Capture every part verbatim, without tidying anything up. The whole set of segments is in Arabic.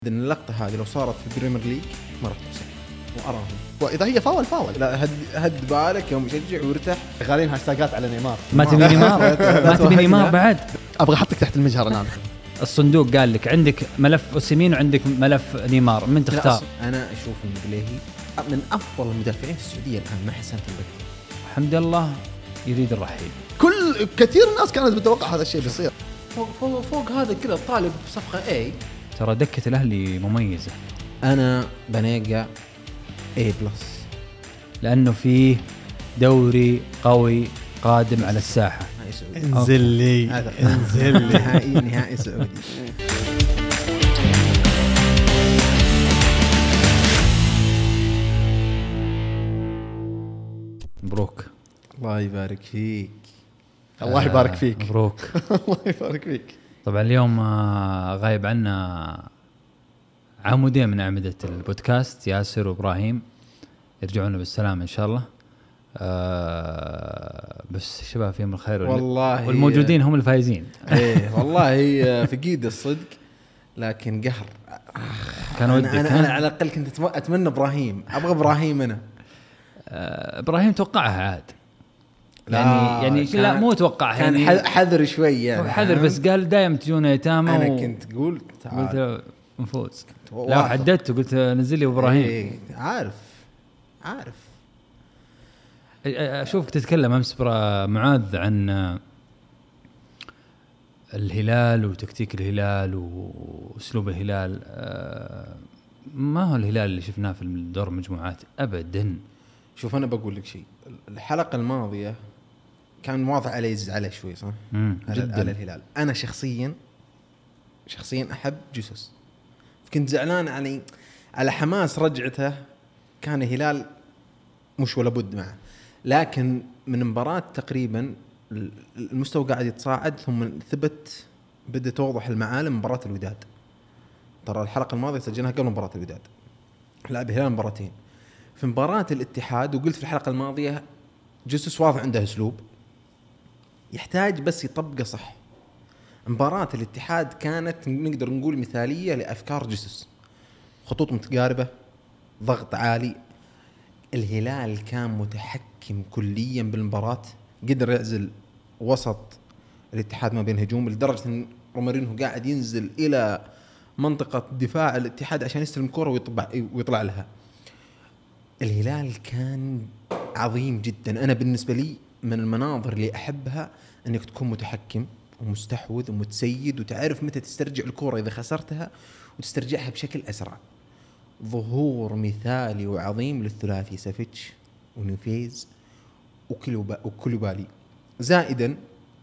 إن اللقطة هذه لو صارت في البريمير ليج ما راح تصير وأراهم. وإذا هي فاول فاول لا هد هد بالك يوم يشجع ويرتاح. غالين هاشتاجات على نيمار. ما تبي نيمار ما تبي نيمار بعد. أبغى أحطك تحت المجهر الآن. الصندوق قال لك عندك ملف أوسيمين وعندك ملف نيمار، من تختار؟ أنا أشوف إن بليهي من أفضل المدافعين في السعودية الآن مع حسن البكري. حمد الله يريد الرحيل. كل كثير الناس كانت بتتوقع هذا الشيء بيصير. فوق فوق فوق هذا كله طالب صفقة A. ترى دكة الأهلي مميزة. أنا بنيجا A بلس لأنه فيه دوري قوي قادم على الساحة. انزل لي انزل لي نهائي نهائي سعودي. مبروك. الله يبارك فيك. الله يبارك فيك. مبروك. الله يبارك فيك. طبعا اليوم غايب عنا عمودين من أعمدة البودكاست، ياسر وإبراهيم، يرجعون بالسلامة إن شاء الله. أه بس شباب فيهم الخير والله، والموجودين هم الفايزين. ايه والله فقيد الصدق، لكن قهر. كان ودك. أنا, أنا على الأقل كنت أتمنى إبراهيم، أبغى إبراهيم أنا. أه إبراهيم توقعها عاد. يعني يعني لا مو توقعها، كان يعني حذر شوي يعني حذر، بس قال دايم تجونا يتامى. أنا و... كنت قلت قلت نفوز. لا حددت وقلت نزل لي إبراهيم. ايه عارف عارف. أشوفك تتكلم أمس برا معاذ عن الهلال وتكتيك الهلال وأسلوب الهلال. ما هو الهلال اللي شفناه في الدور المجموعات أبدا. شوف أنا بقول لك شيء، الحلقة الماضية كان واضح عليه زعله شوي صح؟ جدا على الهلال. أنا شخصيا شخصيا أحب جيسوس، كنت زعلان على على حماس رجعته. كان الهلال مش ولا بد معه، لكن من مباراة تقريبا المستوى قاعد يتصاعد، ثم ثبت بدأت توضح المعالم. مباراة الوداد، ترى الحلقة الماضية سجلناها قبل مباراة الوداد، لعب الهلال مباراتين. في مباراة الاتحاد وقلت في الحلقة الماضية جيسوس واضح عنده أسلوب يحتاج بس يطبقه صح. مباراة الاتحاد كانت نقدر نقول مثالية لأفكار جيسوس، خطوط متقاربة، ضغط عالي. الهلال كان متحكم كليا بالمباراة، قدر يعزل وسط الاتحاد ما بين هجوم، لدرجة أن رومارينهو قاعد ينزل إلى منطقة دفاع الاتحاد عشان يستلم كرة ويطلع, ويطلع لها. الهلال كان عظيم جدا. أنا بالنسبة لي من المناظر اللي أحبها أنك تكون متحكم ومستحوذ ومتسيد، وتعرف متى تسترجع الكرة إذا خسرتها وتسترجعها بشكل أسرع. ظهور مثالي وعظيم للثلاثي سافيتش ونفيز وكلوبالي. زائدا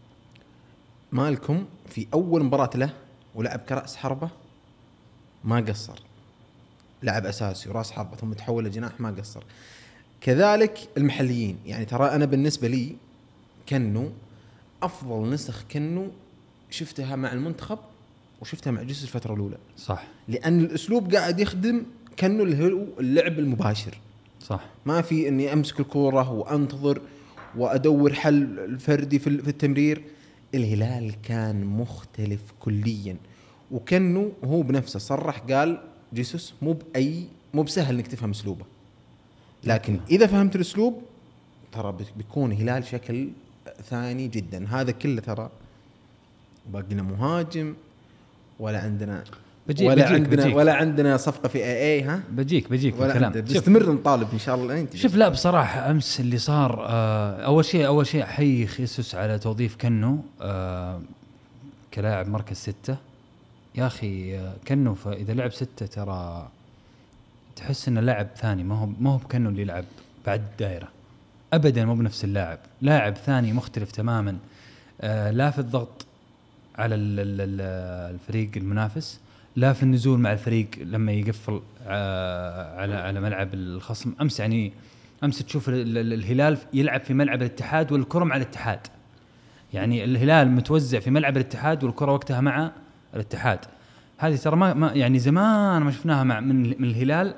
مالكم في أول مباراة له ولعب كرأس حربة ما قصر، لعب أساسي وراس حربة ثم تحول لجناح ما قصر. كذلك المحليين، يعني ترى أنا بالنسبة لي كنو أفضل نسخ كنو شفتها مع المنتخب وشفتها مع جيسوس الفترة الأولى. صح، لأن الأسلوب قاعد يخدم كنو اللعب المباشر. صح، ما في إني أمسك الكرة وأنتظر وأدور حل الفردي في التمرير. الهلال كان مختلف كليا، وكنو هو بنفسه صرح قال جيسوس مو بأي مو بسهل إنك تفهم أسلوبه، لكن إذا فهمت الأسلوب ترى بيكون هلال شكل ثاني جدا. هذا كله ترى باقينا مهاجم ولا عندنا بجيك ولا بجيك عندنا بجيك. ولا عندنا صفقة في اي اي ها بجيك بجيك في الكلام. نستمر نطالب ان شاء الله. انت شوف، لا بصراحة امس اللي صار، آه اول شيء اول شيء احيي خيسوس على توظيف كنو آه كلاعب مركز ستة. يا اخي آه كنو فاذا لعب ستة ترى تحس انه لاعب ثاني، ما هو ما هو بكنو اللي يلعب بعد الدائرة ابدا، مو بنفس اللاعب، لاعب ثاني مختلف تماما. آه لا في الضغط على الفريق المنافس، لا في النزول مع الفريق لما يقفل على على ملعب الخصم. امس يعني امس تشوف الهلال يلعب في ملعب الاتحاد والكره مع الاتحاد، يعني الهلال متوزع في ملعب الاتحاد والكره وقتها مع الاتحاد. هذه ترى ما يعني زمان ما شفناها مع من من الهلال.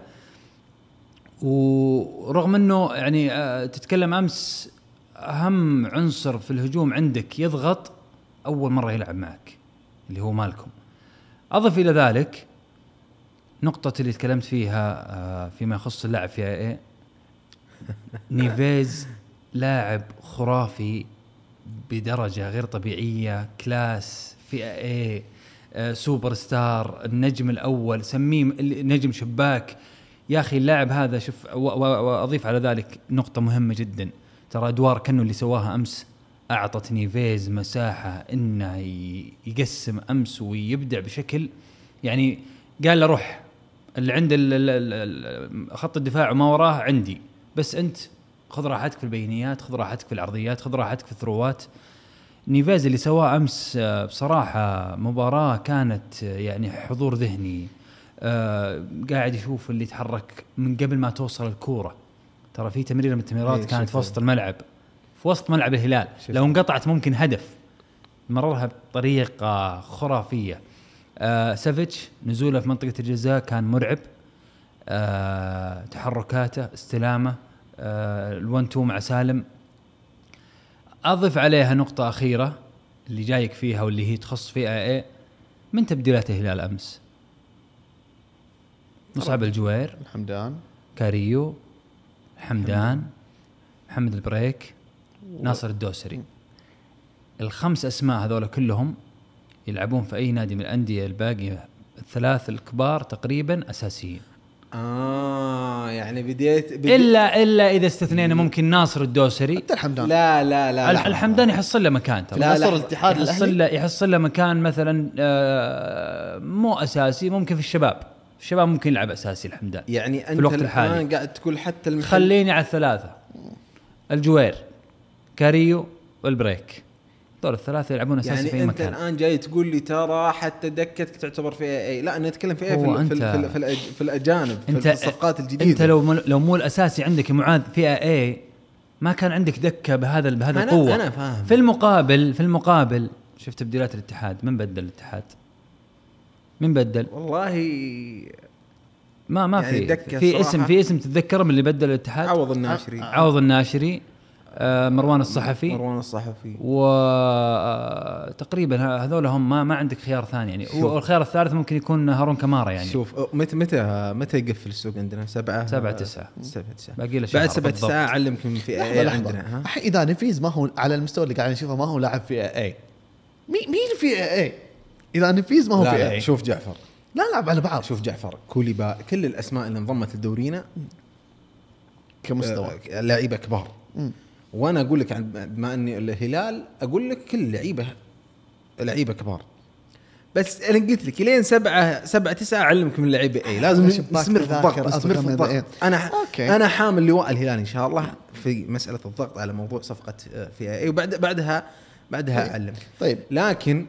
ورغم انه يعني تتكلم امس اهم عنصر في الهجوم عندك يضغط أول مرة يلعب معك اللي هو مالكم. أضف إلى ذلك نقطة اللي تكلمت فيها آه فيما يخص اللاعب في اي نيفيز لاعب خرافي بدرجة غير طبيعية، كلاس في اي آه سوبر ستار، النجم الأول، سميه نجم شباك. يا أخي اللاعب هذا شوف، وأضيف على ذلك نقطة مهمة جدا، ترى أدوار كانوا اللي سواها أمس أعطت نيفيز مساحة إنه يقسم أمس ويبدع بشكل يعني قال له روح اللي عند خط الدفاع وما وراه عندي، بس أنت خذ راحتك في البينيات، خذ راحتك في العرضيات، خذ راحتك في الثروات. نيفيز اللي سواه أمس بصراحة مباراة كانت يعني حضور ذهني، آه قاعد يشوف اللي يتحرك من قبل ما توصل الكورة. ترى في تمريرة من التمريرات كانت في وسط الملعب، في وسط ملعب الهلال، لو انقطعت ممكن هدف، مررها بطريقة خرافية. آه سافيتش نزوله في منطقة الجزاء كان مرعب، آه تحركاته، استلامه، آه الوان تو مع سالم. أضف عليها نقطة أخيرة اللي جايك فيها واللي هي تخص في اي اي من تبديلات الهلال أمس، مصعب الجوير، الحمدان، كاريو، حمدان، محمد البريك، و... ناصر الدوسري. الخمس أسماء هذول كلهم يلعبون في أي نادي من الأندية الباقية الثلاث الكبار تقريبا أساسيين. آه يعني بديت, بديت إلا إلا إذا استثنينا ممكن ناصر الدوسري. حتى الحمدان لا لا لا, لا الحمدان يحصل له مكان، ترى ناصر الاتحاد يحصل له يحصل له مكان مثلا آه مو أساسي، ممكن في الشباب الشباب ممكن يلعب أساسي الحمدان. يعني أنت الآن قاعد تقول حتى المحل... خليني على الثلاثة، الجوير، كاريو والبريك، دول الثلاثة يلعبون أساسي يعني في مكان. يعني أنت الآن جاي تقول لي ترى حتى دكتك تعتبر في اي، لا أنا أتكلم في اي في, في, في, في, في الأجانب، في الصفقات الجديدة. أنت لو لو مو الأساسي عندك يا معاذ في اي ما كان عندك دكة بهذا بهذا القوة. أنا فاهم. في المقابل في المقابل شفت تبديلات الاتحاد، من بدل الاتحاد؟ من بدل؟ والله ما ما يعني في في اسم في اسم تتذكره من اللي بدل الاتحاد؟ عوض الناشري. عوض الناشري، آه مروان الصحفي مروان الصحفي وتقريبا هذول هم، ما ما عندك خيار ثاني يعني. والخيار الثالث ممكن يكون هارون كمارا يعني. شوف متى متى متى يقفل السوق عندنا؟ سبعة سبعة تسعة سبعة تسعة باقي له شهر بعد سبعة تسعة أعلمكم في اي عندنا. ها إذا نفيز ما هو على المستوى اللي قاعد نشوفه، ما هو لاعب في اي. مين مين في اي؟ إذا نفيز ما هو لا في لا اي. شوف جعفر، لا لعب على بعض. شوف جعفر، كوليبا، كل الأسماء اللي انضمت لدورينا كمستوى آه لعيبة كبار. م. وانا اقول لك عن بما اني الهلال اقول لك كل لعيبه لعيبه كبار، بس انا قلت لك لين سبعة سبعة تسعة اعلمكم اللعيبه اي لازم نستمر في الضغط، نستمر في الضغط. انا أوكي. انا حامل لواء الهلال ان شاء الله في مساله الضغط على موضوع صفقه في اي، وبعد بعدها بعدها طيب. اعلمك. طيب لكن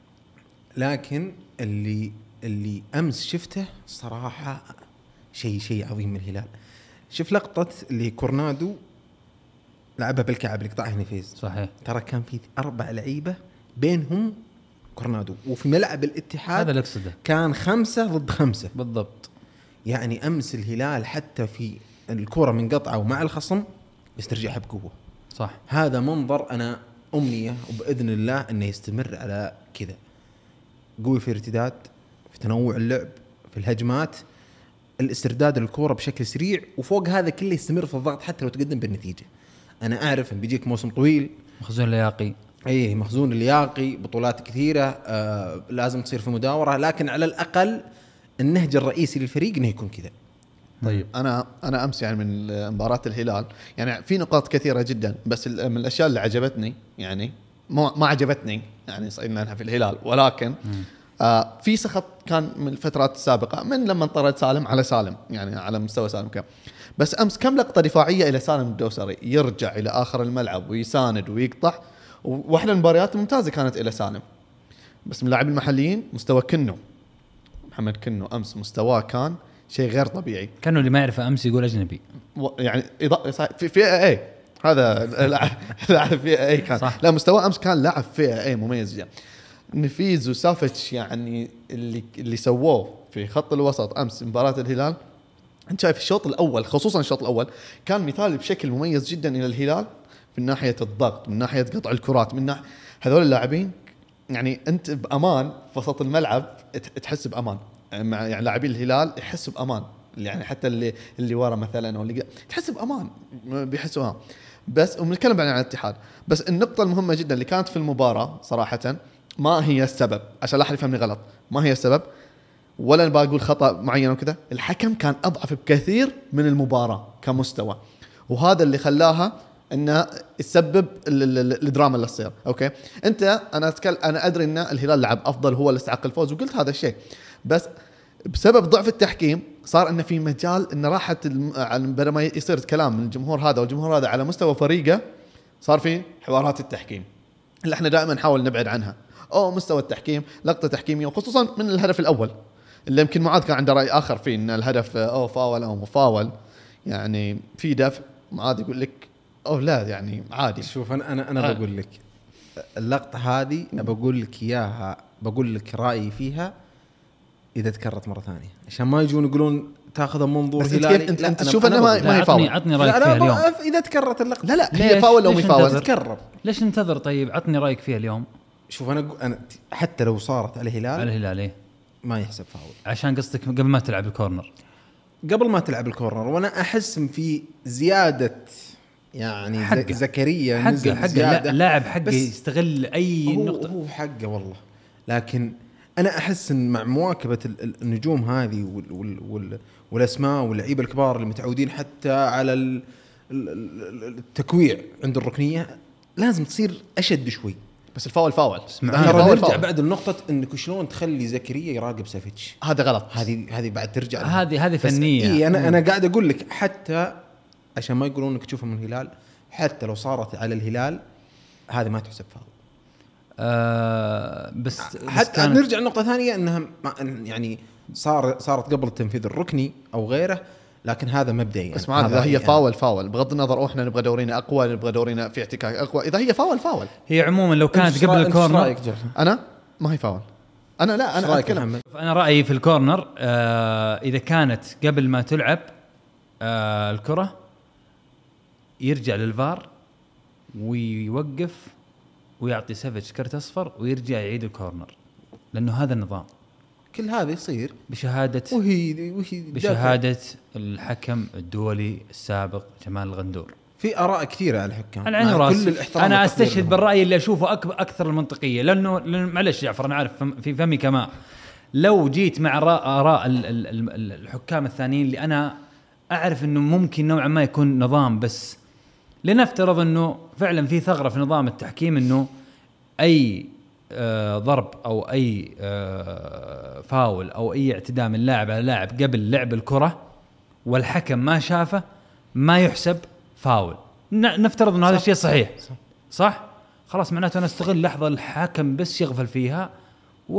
لكن اللي اللي امس شفته صراحه شيء شيء عظيم من الهلال. شوف لقطه اللي كورنادو لعبها بالكعب اللي قطعها نفيز، صحيح. ترى كان في أربع لعيبة بينهم كورنادو، وفي ملعب الاتحاد هذا اللي أقصده كان خمسة ضد خمسة بالضبط. يعني أمس الهلال حتى في الكرة من قطعة ومع الخصم يسترجعها بقوة. صح. هذا منظر أنا أمنية وبإذن الله أنه يستمر على كذا، قوي في ارتداد، في تنوع اللعب، في الهجمات، الاسترداد للكرة بشكل سريع، وفوق هذا كله يستمر في الضغط حتى لو تقدم بالنتيجة. أنا أعرف إن بيجيك موسم طويل، مخزون لياقي، أيه مخزون لياقي، بطولات كثيرة، آه لازم تصير في مداورة، لكن على الأقل النهج الرئيسي للفريق إنه يكون كذا. طيب أنا أنا أمس يعني من مباراة الهلال يعني في نقاط كثيرة جدا، بس من الأشياء اللي عجبتني يعني ما ما عجبتني يعني صيرنا أنها في الهلال، ولكن آه في سخط كان من الفترات السابقة من لما انطرد سالم على سالم، يعني على مستوى سالم كان. بس أمس كم لقطة دفاعية إلى سالم الدوسري يرجع إلى آخر الملعب ويساند ويقطع، وواحدة من المباريات ممتازة كانت إلى سالم. بس من اللاعبين المحليين مستوى كنو، محمد كنو أمس مستواه كان شيء غير طبيعي. كانوا اللي ما يعرف أمس يقول أجنبي يعني في في اي هذا لاعب في اي كان صح. لا مستوى أمس كان لاعب في اي مميز جدا. نفيز وسافتش يعني اللي اللي سووه في خط الوسط أمس مباراة الهلال، أنت شايف الشوط الأول خصوصا الشوط الأول كان مثال بشكل مميز جدا إلى الهلال من ناحية الضغط، من ناحية قطع الكرات، من ناحية هذول اللاعبين يعني أنت بأمان في وسط الملعب تحس بأمان. يعني لاعبين الهلال يحسوا بامان، يعني حتى اللي اللي ورا مثلا او اللي تحس بامان بيحسوها. بس وبنتكلم عن الاتحاد، بس النقطه المهمه جدا اللي كانت في المباراه صراحه ما هي السبب، عشان لا احد يفهمني غلط، ما هي السبب ولا بقول خطا معين وكذا، الحكم كان اضعف بكثير من المباراه كمستوى، وهذا اللي خلاها انه تسبب الدراما اللي تصير. اوكي انت انا اتكلم انا ادري ان الهلال لعب افضل، هو اللي استحق الفوز وقلت هذا الشيء، بس بسبب ضعف التحكيم صار انه في مجال ان راحت بدل ما يصير كلام من الجمهور هذا والجمهور هذا على مستوى فريقه، صار في حوارات التحكيم اللي احنا دائما نحاول نبعد عنها، او مستوى التحكيم لقطه تحكيميه، وخصوصا من الهدف الاول اللي يمكن معاذ كان عنده راي اخر فيه ان الهدف او فاول او مفاول، يعني في دفع معاذ يقول لك او لا يعني عادي. شوف انا انا انا بقول لك اللقطه هذه بقول لك اياها، بقول لك رايي فيها اذا تكررت مره ثانيه، عشان ما يجون يقولون تاخذ منظور هلالي. انت, انت تشوف انها ما, ما هي فاول. عطني رايك فيها اليوم اذا تكررت اللقطه. لا لا هي فاول او مي فاول تتكرر. ليش ننتظر؟ طيب عطني رايك فيها اليوم. شوف انا انا حتى لو صارت على الهلال على الهلال ايه ما يحسب فاول، عشان قصدك قبل ما تلعب الكورنر. قبل ما تلعب الكورنر وانا احس في زياده يعني حقه. زكريا حقه نزل حقه زياده، لاعب حقه يستغل اي هو نقطه، هو حقه والله. لكن انا احس ان مع مواكبه النجوم هذه وال وال وال والاسماء واللعيبه الكبار اللي متعودين حتى على التكويع عند الركنيه لازم تصير اشد شوي. بس الفاول فاول. نرجع بعد النقطة انك شلون تخلي زكريا يراقب سافيتش، هذا غلط. هذه هذه بعد ترجع هذه هذه فنية. إيه انا انا قاعد اقول لك حتى عشان ما يقولون انك تشوفها من الهلال، حتى لو صارت على الهلال هذه ما تحسب فاول. آه بس حتى بس نرجع لنقطة ثانية انها يعني صار صارت قبل التنفيذ الركني او غيره، لكن هذا مبدئيا. اسمع يعني اذا هي يعني فاول فاول بغض النظر احنا نبغى دورينا اقوى، نبغى دورينا في احتكاك اقوى، اذا هي فاول فاول. هي عموما لو كانت قبل الكورنر انا ما هي فاول. انا لا انا اتكلم انا رايي في الكورنر آه اذا كانت قبل ما تلعب آه الكره يرجع للفار ويوقف ويعطي سافيتش كرت اصفر ويرجع يعيد الكورنر، لانه هذا النظام. كل هذا يصير بشهادة وهي وهي بشهادة الحكم الدولي السابق جمال الغندور. في آراء كثيرة على الحكام، أنا كل الاحترام، أنا أستشهد بالرأي اللي أشوفه أكثر المنطقية، لأنه معلش جعفر أنا عارف في فمي كمان. لو جيت مع آراء الحكام الثانيين اللي أنا أعرف أنه ممكن نوعا ما يكون نظام، بس لنفترض أنه فعلا في ثغرة في نظام التحكيم أنه أي آه ضرب أو أي آه فاول أو أي اعتداء من لاعب على لاعب قبل لعب الكرة والحكم ما شافه ما يحسب فاول. نفترض أنه هذا الشيء صحيح صح, صح؟ خلاص معناته أنا استغل لحظة الحكم بس يغفل فيها و...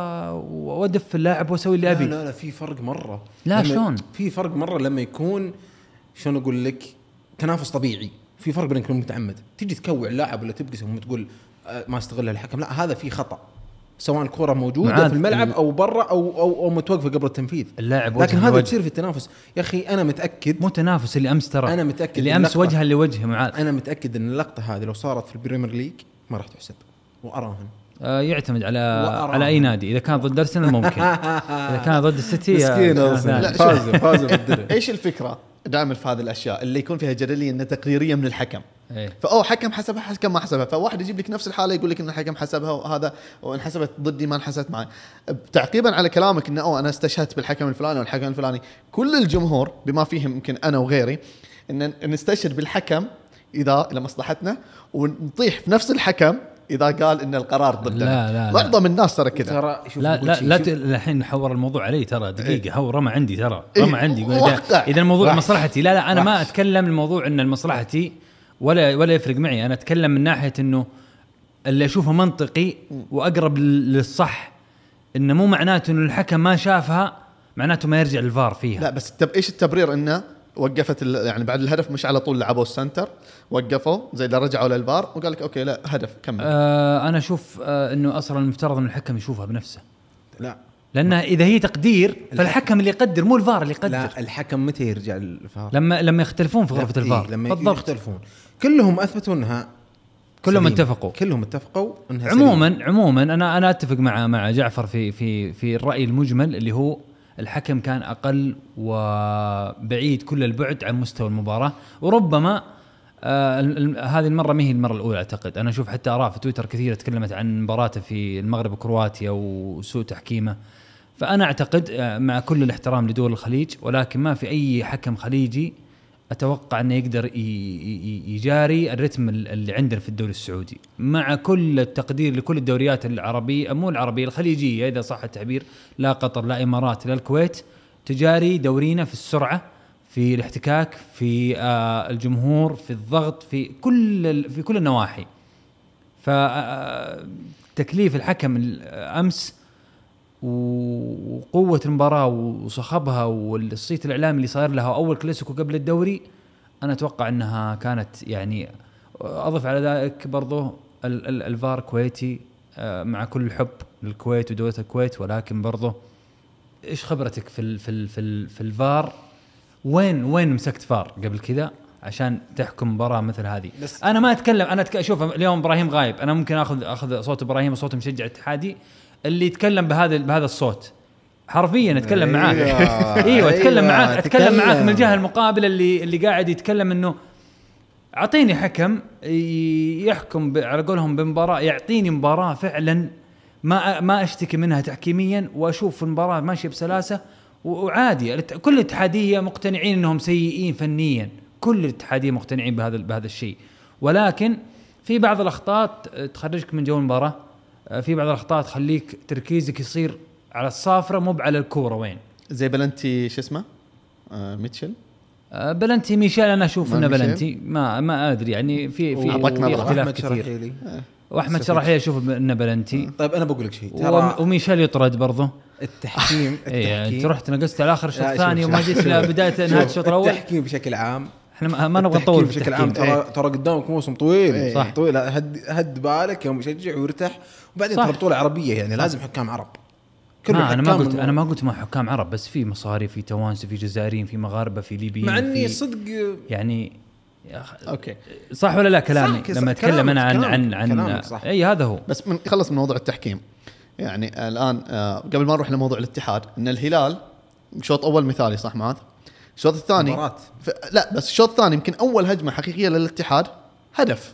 وادف اللاعب واسوي اللي ابي. لا لا لا في فرق مره. لا شلون في فرق مره لما يكون شلون اقول لك تنافس طبيعي، في فرق بينك وبين متعمد تيجي تكوع اللاعب ولا تبقسم وتقول ما استغلها الحكم، لا هذا في خطأ سواء الكرة موجودة في الملعب أو برا أو أو, أو متوقفة قبل التنفيذ اللاعب. لكن هذا يصير في التنافس يا أخي. أنا متأكد مو تنافس اللي أمس ترى، أنا متأكد اللي أمس وجها لوجه معاذ. أنا متأكد إن اللقطة هذه لو صارت في البريمير ليج ما راح تحسب وأراهن. آه يعتمد على وأراهن. على أي نادي. إذا كان ضد أرسنال ممكن إذا كان ضد السيتي مسكين فاز فاز بالدرع. إيش الفكرة دائما في هذه الأشياء اللي يكون فيها جدلية إن تقريرية من الحكم إيه؟ فأو حكم حسبها حكم ما حسبها، فواحد يجيب لك نفس الحالة يقول لك إن الحكم حسبها وهذا وانحسبت ضدي ما انحسبت معي. تعقيبا على كلامك إنه أو أنا استشهدت بالحكم الفلاني والحكم الفلاني، كل الجمهور بما فيهم يمكن أنا وغيري إن نستشهد بالحكم إذا لمصلحتنا ونطيح في نفس الحكم إذا قال إن القرار ضدنا. لا لا معظم الناس ترى كذا. لا لا لا الحين حور الموضوع علي ترى دقيقة. هو رمى عندي ترى رمى عندي إذا إذا الموضوع مصلحتي. لا لا أنا ما أتكلم الموضوع إن المصلحتي ولا ولا يفرق معي. أنا أتكلم من ناحية إنه اللي أشوفه منطقي وأقرب للصح، إنه مو معناته إنه الحكم ما شافها معناته ما يرجع للفار فيها. لا بس التب... إيش التبرير إنه وقفت يعني بعد الهدف مش على طول لعبوا السنتر، وقفوا زي اللي رجعوا للفار وقال لك أوكي لا هدف كمل. آه أنا أشوف آه إنه أصلا المفترض إن الحكم يشوفها بنفسه. لا لأن إذا هي تقدير فالحكم اللي يقدر مو الفار اللي يقدر. لا الحكم متى يرجع للفار؟ لما لما يختلفون في غرفة الفار. لما بالضبط. يختلفون كلهم أثبتوا أنها كلهم سليم. اتفقوا كلهم اتفقوا انها عموما سليم. عموما انا انا اتفق مع مع جعفر في في في الراي المجمل اللي هو الحكم كان اقل وبعيد كل البعد عن مستوى المباراه. وربما آه هذه المره ما هي المره الاولى اعتقد. انا اشوف حتى اراء في تويتر كثيره تكلمت عن مباراته في المغرب وكرواتيا وسوء تحكيمه. فانا اعتقد آه مع كل الاحترام لدول الخليج ولكن ما في اي حكم خليجي اتوقع انه يقدر يجاري الرتم اللي عندنا في الدوري السعودي، مع كل التقدير لكل الدوريات العربيه مو العربيه الخليجيه اذا صح التعبير، لا قطر لا امارات لا الكويت، تجاري دورينا في السرعه في الاحتكاك في آه الجمهور في الضغط في كل في كل النواحي. فتكليف الحكم امس وقوة المباراة وصخبها والصيت الإعلامي اللي صار لها أول كلاسيكو قبل الدوري أنا أتوقع أنها كانت يعني. أضف على ذلك برضو الفار كويتي مع كل الحب للكويت ودولة الكويت، ولكن برضو إيش خبرتك في ال في ال في, ال في الفار؟ وين وين مسكت فار قبل كذا عشان تحكم مباراة مثل هذه؟ أنا ما أتكلم أنا أتك... أشوف اليوم إبراهيم غايب، أنا ممكن أخذ أخذ صوت إبراهيم وصوت مشجع اتحادي اللي يتكلم بهذا بهذا الصوت حرفيا اتكلم معاك. ايوه اتكلم معاك اتكلم معاك من الجهه المقابله اللي اللي قاعد يتكلم انه اعطيني حكم يحكم على قولهم بمباراه، يعطيني مباراه فعلا ما ما اشتكي منها تحكيميا واشوف المباراه ماشيه بسلاسه وعادي. كل الاتحاديه مقتنعين انهم سيئين فنيا، كل الاتحاديه مقتنعين بهذا بهذا الشيء، ولكن في بعض الاخطاء تخرجك من جو المباراه، في بعض الأخطاء تخليك تركيزك يصير على الصافرة مو على الكورة. وين زي بلنتي شو اسمه آه ميتشل آه بلنتي ميشيل أنا أشوف إنه بلنتي ما ما أدري يعني في في, في اختلاف كثير. وأحمد شرحيلي أشوف إنه بلنتي. طيب أنا بقول لك شيء ترى وميشيل يطرد برضه. التحكيم التحكيم أنت رحت نقصت على آخر الشوط الثاني وما جيت لبداية نهاية الشوط الأول. التحكيم بشكل عام احنا ما نبغى نطول بشكل عام ترى ايه. ترى قدامك موسم طويل ايه. صح طويل، هد هد بالك يوم يشجع ويرتاح، وبعدين ترى بطولة عربية يعني صح. لازم حكام عرب. ما انا ما قلت انا ما قلت ما حكام عرب، بس في مصاري في توانسه في جزائريين في مغاربه في ليبيين، مع اني صدق يعني اوكي صح ولا لا كلامي لما اتكلم انا عن عن عن اي هذا هو. بس من خلص من موضوع التحكيم يعني الان آه قبل ما نروح لموضوع الاتحاد، ان الهلال شوط اول مثالي صح معاذ، الشوط الثاني ف... لا بس الشوط الثاني يمكن اول هجمه حقيقيه للاتحاد هدف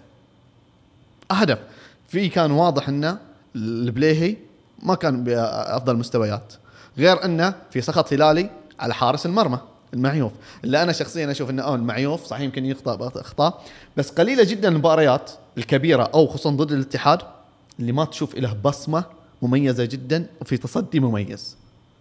هدف في كان واضح انه البليهي ما كان بافضل مستويات، غير انه في سخط هلالي على حارس المرمى المعيوف، اللي انا شخصيا اشوف انه اه المعيوف صحيح يمكن يخطئ اخطاء، بس قليله جدا المباريات الكبيره او خصوصا ضد الاتحاد اللي ما تشوف له بصمه مميزه جدا وفي تصدي مميز.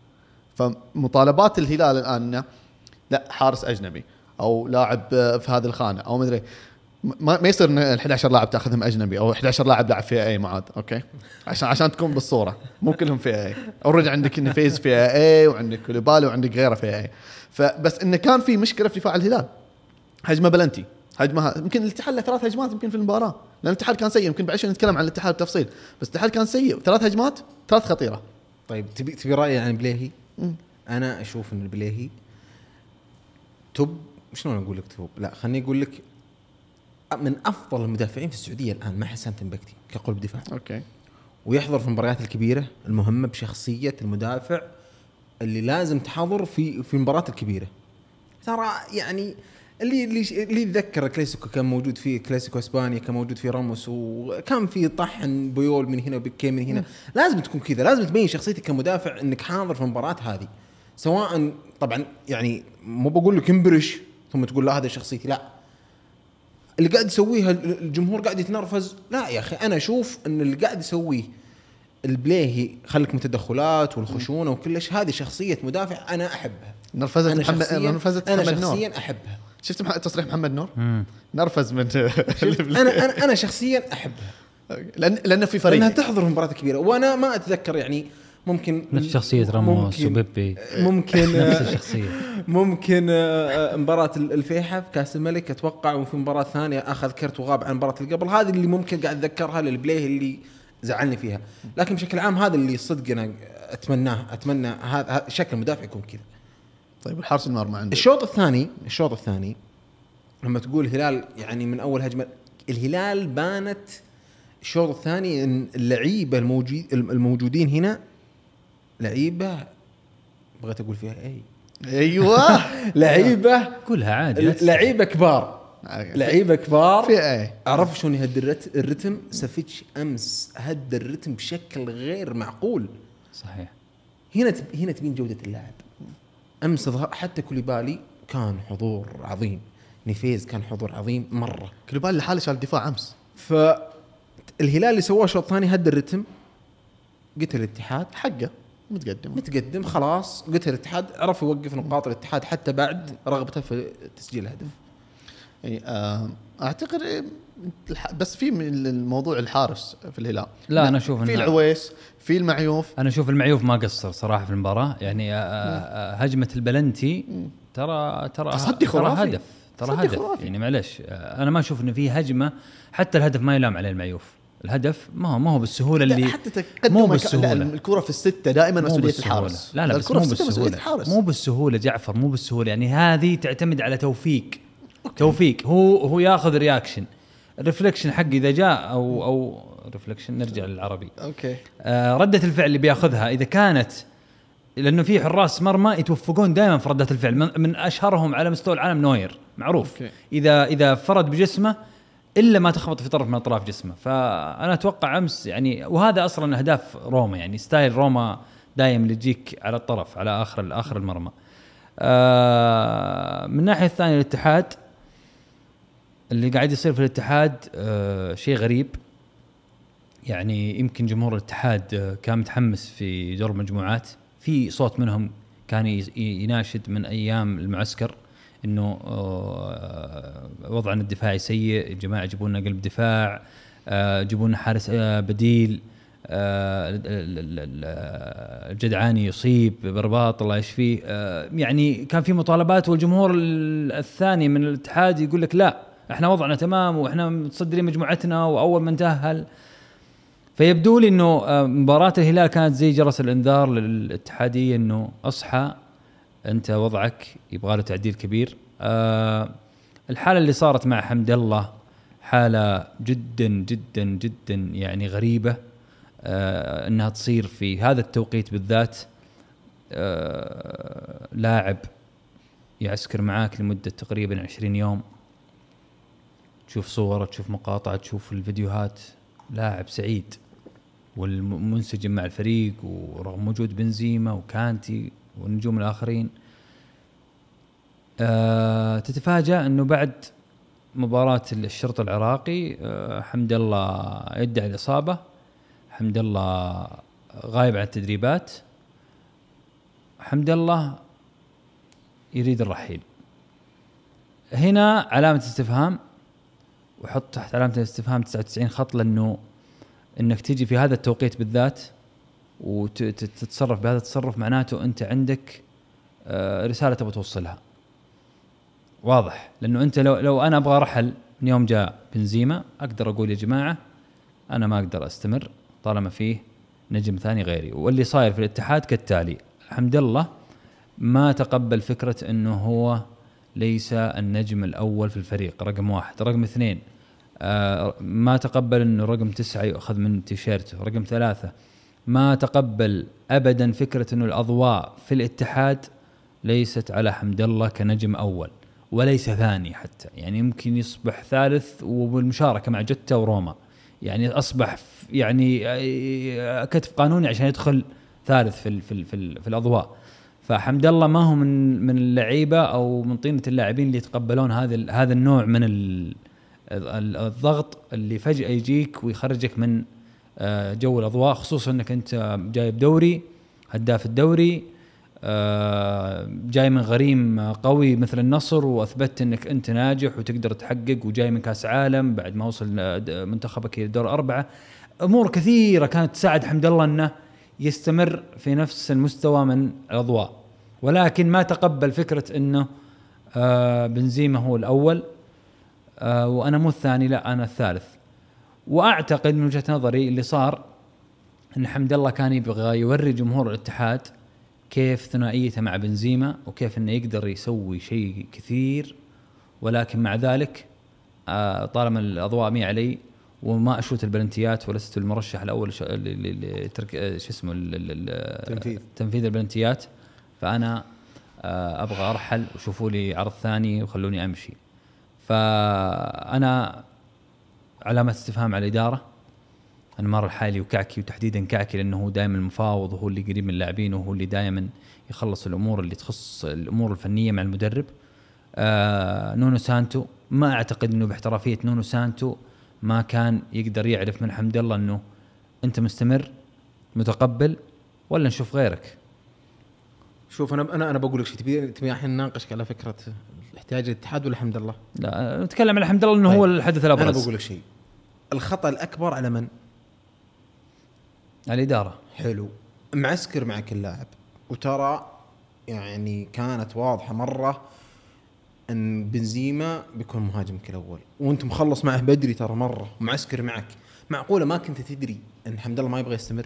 فمطالبات الهلال الان لا حارس اجنبي او لاعب في هذه الخانه او مدري ما ما يصير ان ال11 لاعب تاخذهم اجنبي او احد عشر لاعب لاعب فيها اي معاد اوكي عشان عشان تكون بالصوره مو كلهم فيها اي، اوريدي عندك نفيز فيها اي وعندك كوليبالي وعندك غيره فيها اي. فبس انه كان في مشكله في دفاع الهلال، هجمه بلنتي هجمه يمكن الاتحاد له ثلاث هجمات يمكن في المباراه، لان الاتحاد كان سيء، يمكن بعد شوي نتكلم عن الاتحاد بتفصيل، بس الاتحاد كان سيء ثلاث هجمات ثلاث خطيره. طيب تبي تبي رايي عن بليهي؟ انا اشوف ان البليهي توب، شلون اقول لك توب، لا خلني اقول لك من افضل المدافعين في السعوديه الان مع حسان تنبكتي كقلب دفاع اوكي، ويحضر في المباريات الكبيره المهمه بشخصيه المدافع اللي لازم تحضر في في المباريات الكبيره. ترى يعني اللي اللي اللي يتذكر كلاسيكو كان موجود فيه، كلاسيكو اسبانيا كان موجود فيه راموس وكان فيه طحن بيول من هنا وبيكي من هنا. م. لازم تكون كذا، لازم تبين شخصيتك كمدافع انك حاضر في المباريات هذه، سواء طبعا يعني مو بقول لك انبرش ثم تقول لا هذا شخصيتي، لا اللي قاعد يسويها الجمهور قاعد يتنرفز، لا يا اخي انا اشوف ان اللي قاعد يسويه البليهي خلك متدخلات والخشونه وكل شيء، هذه شخصيه مدافع انا احبها. نرفزت محمد نرفزت انا محمد شخصيا نور. احبها. شفت مح... تصريح محمد نور نرفز من انا انا انا شخصيا احبها لان لانه في فريق لانها تحضر في مباريات كبيره، وانا ما اتذكر يعني ممكن نفس شخصيه راموس وبيبي ممكن نفس الشخصيه ممكن مباراه الفيحة في كاس الملك اتوقع، وفي مباراه ثانيه اخذ كرت وغاب عن المباراه اللي قبل، هذه اللي ممكن قاعد اتذكرها للبلاي اللي زعلني فيها. لكن بشكل عام هذا اللي صدق انا اتمناه، اتمنى هذا شكل مدافع يكون كذا. طيب الحارس المرمى عندك الشوط الثاني الشوط الثاني لما تقول هلال يعني من اول هجمه الهلال بانت الشوط الثاني ان اللعيبه الموجود الموجودين هنا لعيبه بغيت اقول فيها اي ايوه لعيبه كلها عادي لعيبه كبار لعيبه كبار في ايه عرف شلون يهد الرتم. سافيتش امس هد الرتم بشكل غير معقول. صحيح. هنا تب... هنا تبين جوده اللاعب. امس حتى كوليبالي كان حضور عظيم، نيفيز كان حضور عظيم مره. كوليبالي لحاله شال الدفاع امس. فالهلال اللي سواه الشوط الثاني هد الرتم، قتل الاتحاد حقه متقدم متقدم خلاص، قتل الاتحاد، عرف يوقف نقاط الاتحاد حتى بعد رغبته في تسجيل هدف. اي اعتقد بس في من الموضوع الحارس في الهلال. لا انا اشوف في العويس في المعيوف. انا اشوف المعيوف ما قصر صراحه في المباراه يعني. هجمه البلنتي ترى ترى ترى هدف ترى هدف خرافي. يعني معلش انا ما اشوف انه في هجمه حتى الهدف ما يلام عليه المعيوف. الهدف ما هو ما هو بالسهوله اللي حتى تقدم مو بالسهوله. الكره في السته دائما مسؤوليه الحارس. لا لا الكره مو بالسهوله مو بالسهوله جعفر مو بالسهوله يعني. هذه تعتمد على توفيق. أوكي. توفيق هو هو ياخذ رياكشن الريفلكشن حق اذا جاء او او ريفلكشن نرجع للعربي. اوكي آه رده الفعل اللي بياخذها اذا كانت، لانه في حراس مرمى يتوفقون دائما في رده الفعل، من, من اشهرهم على مستوى العالم نوير معروف. أوكي. اذا اذا فرد بجسمه الا ما تخبط في طرف من اطراف جسمه. فانا اتوقع امس يعني، وهذا اصلا اهداف روما يعني ستايل روما دايم اللي يجيك على الطرف على اخر اخر المرمى. آه من الناحيه الثانيه الاتحاد اللي قاعد يصير في الاتحاد آه شيء غريب يعني. يمكن جمهور الاتحاد كان متحمس في دور المجموعات، في صوت منهم كان يناشد من ايام المعسكر انه وضعنا الدفاعي سيء يا جماعه، جيبوا لنا قلب دفاع، جيبوا لنا حارس بديل، الجدعاني يصيب برباط الله يشفيه. يعني كان في مطالبات، والجمهور الثاني من الاتحاد يقول لك لا احنا وضعنا تمام واحنا متصدرين مجموعتنا واول من تأهل. فيبدو لي انه مباراة الهلال كانت زي جرس الانذار للاتحادية انه اصحى انت وضعك يبغى له تعديل كبير. أه الحالة اللي صارت مع حمد الله حالة جدا جدا جدا يعني غريبة، أه انها تصير في هذا التوقيت بالذات. أه لاعب يعسكر معاك لمدة تقريبا عشرين يوم، تشوف صوره تشوف مقاطع تشوف الفيديوهات، لاعب سعيد والمنسجم مع الفريق، ورغم وجود بنزيما وكانتي والنجوم الآخرين. أه تتفاجأ أنه بعد مباراة الشرطة العراقي أه حمد الله يدعي الإصابة، حمد الله غايب عن التدريبات، حمد الله يريد الرحيل. هنا علامة استفهام، وحط تحت علامة الاستفهام تسعة وتسعين خط، لأنه إنك تيجي في هذا التوقيت بالذات وتتصرف بهذا التصرف معناته أنت عندك رسالة تبغى توصلها واضح. لأنه أنت لو لو أنا أبغى رحل من يوم جاء بنزيما أقدر أقول يا جماعة أنا ما أقدر أستمر طالما فيه نجم ثاني غيري. واللي صاير في الاتحاد كالتالي: حمد الله ما تقبل فكرة إنه هو ليس النجم الأول في الفريق، رقم واحد. رقم اثنين آه ما تقبل إنه رقم تسعة يأخذ من تيشيرته. رقم ثلاثة ما تقبل أبدا فكرة إنه الأضواء في الاتحاد ليست على حمد الله كنجم أول وليس ثاني حتى، يعني يمكن يصبح ثالث وبالمشاركة مع جتة وروما، يعني أصبح يعني كتف قانوني عشان يدخل ثالث في ال في ال في, ال في الأضواء. فحمد الله ما هو من من اللعيبة أو من طينة اللاعبين اللي يتقبلون هذا هذا النوع من الضغط اللي فجأة يجيك ويخرجك من جو الأضواء، خصوصا أنك أنت جايب دوري هداف الدوري، جاي من غريم قوي مثل النصر وأثبتت أنك أنت ناجح وتقدر تحقق، وجاي من كاس عالم بعد ما وصل منتخبك إلى دور أربعة. أمور كثيرة كانت تساعد حمد الله أنه يستمر في نفس المستوى من الأضواء، ولكن ما تقبل فكرة أنه بنزيما هو الأول وأنا مو الثاني، لا أنا الثالث. وأعتقد من وجهة نظري اللي صار أن حمد الله كان يبغى يوري جمهور الاتحاد كيف ثنائيته مع بنزيما وكيف أنه يقدر يسوي شيء كثير، ولكن مع ذلك آه طالما الاضواء مي علي وما اشوت البلنتيات ولست المرشح الاول ش... لترك شو اسمه تنفيذ تنفيذ البلنتيات، فانا آه ابغى ارحل وشوفوا لي عرض ثاني وخلوني امشي. فانا علامه استفهام على الاداره انمار الحالي وكعكي، وتحديدا كعكي لانه هو دائما المفاوض وهو اللي قريب من اللاعبين وهو اللي دائما يخلص الامور اللي تخص الامور الفنيه مع المدرب. آه نونو سانتو ما اعتقد انه باحترافيه نونو سانتو ما كان يقدر يعرف من حمد الله انه انت مستمر متقبل ولا نشوف غيرك. شوف انا انا انا بقول لك شيء، تبي تبي الحين نناقش على فكره احتياج الاتحاد ولا حمد الله؟ لا نتكلم على حمد الله انه طيب. هو الحدث الابرز. انا بقول لك شيء، الخطا الاكبر على من؟ على الاداره. حلو، معسكر مع كل لاعب، وترى يعني كانت واضحه مره ان بنزيما بيكون مهاجمك الاول وانت مخلص معه بدري ترى مره معسكر معك. معقوله ما كنت تدري ان حمد الله ما يبغى يستمر؟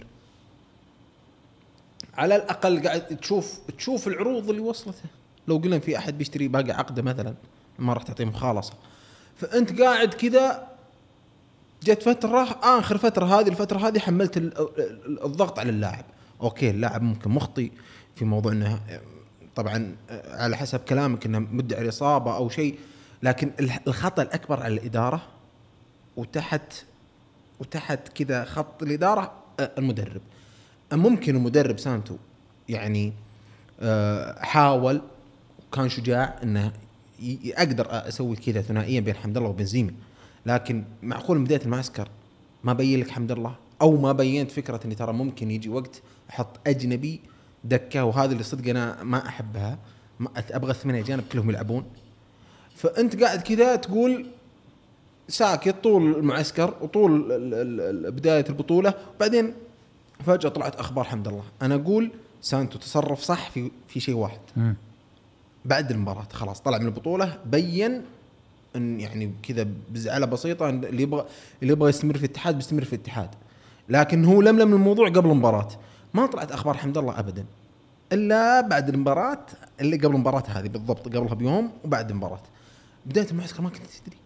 على الاقل قاعد تشوف تشوف العروض اللي وصلته. لو قلنا في احد بيشتري باقي عقده مثلا ما راح تعطيه مخالصه، فانت قاعد كذا. جت فتره اخر فتره هذه الفتره هذه حملت الضغط على اللاعب. اوكي اللاعب ممكن مخطئ في موضوع انه طبعا على حسب كلامك انه مدعي الاصابه او شيء، لكن الخطا الاكبر على الاداره، وتحت وتحت كذا خط الاداره المدرب. ممكن المدرب سانتو يعني حاول وكان شجاع انه اقدر اسوي كذا ثنائيا بين حمد الله وبنزيما، لكن معقول من بدايه المعسكر ما بين لك حمد الله، او ما بينت فكره اني ترى ممكن يجي وقت احط اجنبي دكه، وهذا اللي صدق انا ما احبها، ما ابغى الثمانيه اجانب كلهم يلعبون. فانت قاعد كذا تقول ساكت طول المعسكر وطول بدايه البطوله، وبعدين فجاه طلعت اخبار حمد الله. انا اقول سانتو تصرف صح في في شيء واحد. م. بعد المباراه خلاص طلع من البطوله، بين ان يعني كذا بزعله بسيطه اللي يبغى اللي يبغى يستمر في الاتحاد بيستمر في الاتحاد، لكن هو لملم الموضوع قبل المباراه. ما طلعت اخبار حمد الله ابدا الا بعد المباراه، اللي قبل المباراه هذه بالضبط، قبلها بيوم وبعد المباراه. بدايه المعسكر ما كنت تدري،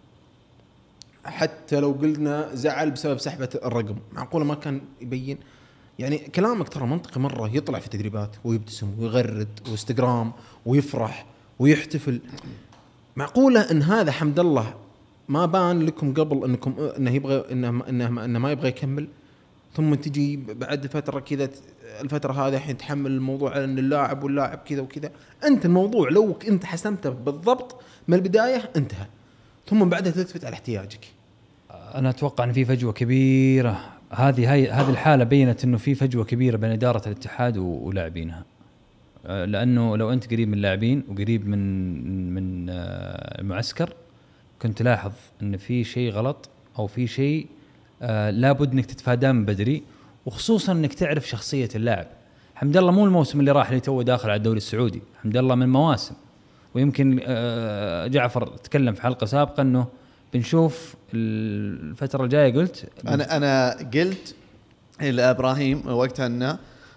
حتى لو قلنا زعل بسبب سحبه الرقم، معقوله ما كان يبين؟ يعني كلامك ترى منطقي مره، يطلع في التدريبات ويبتسم ويغرد وانستغرام ويفرح ويحتفل. معقوله ان هذا حمد الله ما بان لكم قبل انكم انه يبغى انه انه, إنه ما يبغى يكمل، ثم تجي بعد فتره كذا الفتره هذه الحين تحمل الموضوع على ان اللاعب واللاعب كذا وكذا؟ انت الموضوع لو انت حسمته بالضبط من البدايه انتهى، ثم بعدها تلتفت على احتياجك. انا اتوقع ان في فجوه كبيره، هذه هاي هذه الحاله بينت انه في فجوه كبيره بين اداره الاتحاد ولاعبينها، لانه لو انت قريب من اللاعبين وقريب من من المعسكر كنت تلاحظ ان في شيء غلط او في شيء لابد انك تتفاداه من بدري، وخصوصا انك تعرف شخصيه اللاعب. حمد الله مو الموسم اللي راح اللي تو داخل على الدوري السعودي، حمد الله من مواسم، ويمكن جعفر تكلم في حلقه سابقه انه بنشوف الفتره الجايه. قلت انا انا قلت لابراهيم وقتها انه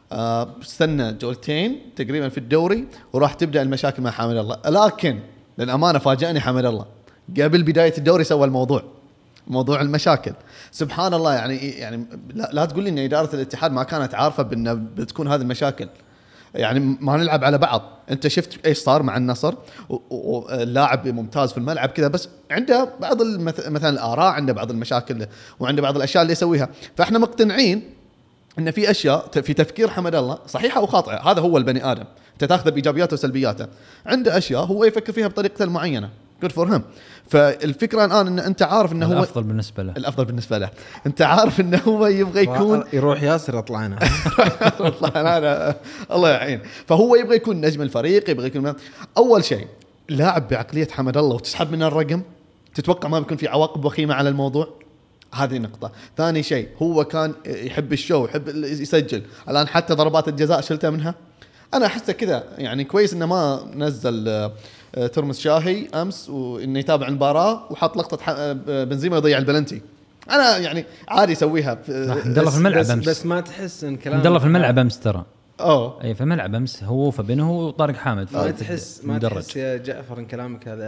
استنى جولتين تقريبا في الدوري وراح تبدا المشاكل مع حمد الله، لكن للامانه فاجأني حمد الله قبل بدايه الدوري سوى الموضوع موضوع المشاكل. سبحان الله، يعني يعني لا, لا تقول لي ان اداره الاتحاد ما كانت عارفه بان بتكون هذه المشاكل، يعني ما نلعب على بعض. انت شفت ايش صار مع النصر، واللاعب ممتاز في الملعب كذا، بس عنده بعض مثلا الاراء، عنده بعض المشاكل، وعنده بعض الاشياء اللي يسويها. فاحنا مقتنعين ان في اشياء في تفكير حمد الله صحيحه او خاطئه، هذا هو البني ادم، انت تاخذه بايجابياته وسلبياته. عنده اشياء هو يفكر فيها بطريقه معينه good for him. فالفكره الان ان انت عارف انه هو الافضل بالنسبه له الافضل بالنسبه له انت عارف انه هو يبغى يكون يروح ياسر اطلعنا اطلعنا انا الله يعين. فهو يبغى يكون نجم الفريق، يبغى يكون اول شيء لاعب بعقليه حمد الله وتسحب منه الرقم، تتوقع ما بيكون في عواقب وخيمه على الموضوع؟ هذه نقطة. ثاني شيء هو كان يحب الشو، يحب يسجل. الآن حتى ضربات الجزاء شلتها منها. أنا أحسه كذا يعني كويس إنه ما نزل ترمس شاهي أمس وإنه يتابع المباراة وحط لقطة بنزيما يضيع البلنتي. أنا يعني عادي يسويها. حمد الله في الملعب بس, أمس. بس ما تحس إن كلام حمد الله في الملعب أمس ترى. أوه. أي في الملعب أمس هو فبينه وطارق حامد. ما تحس ما تحس يا جعفر إن كلامك هذا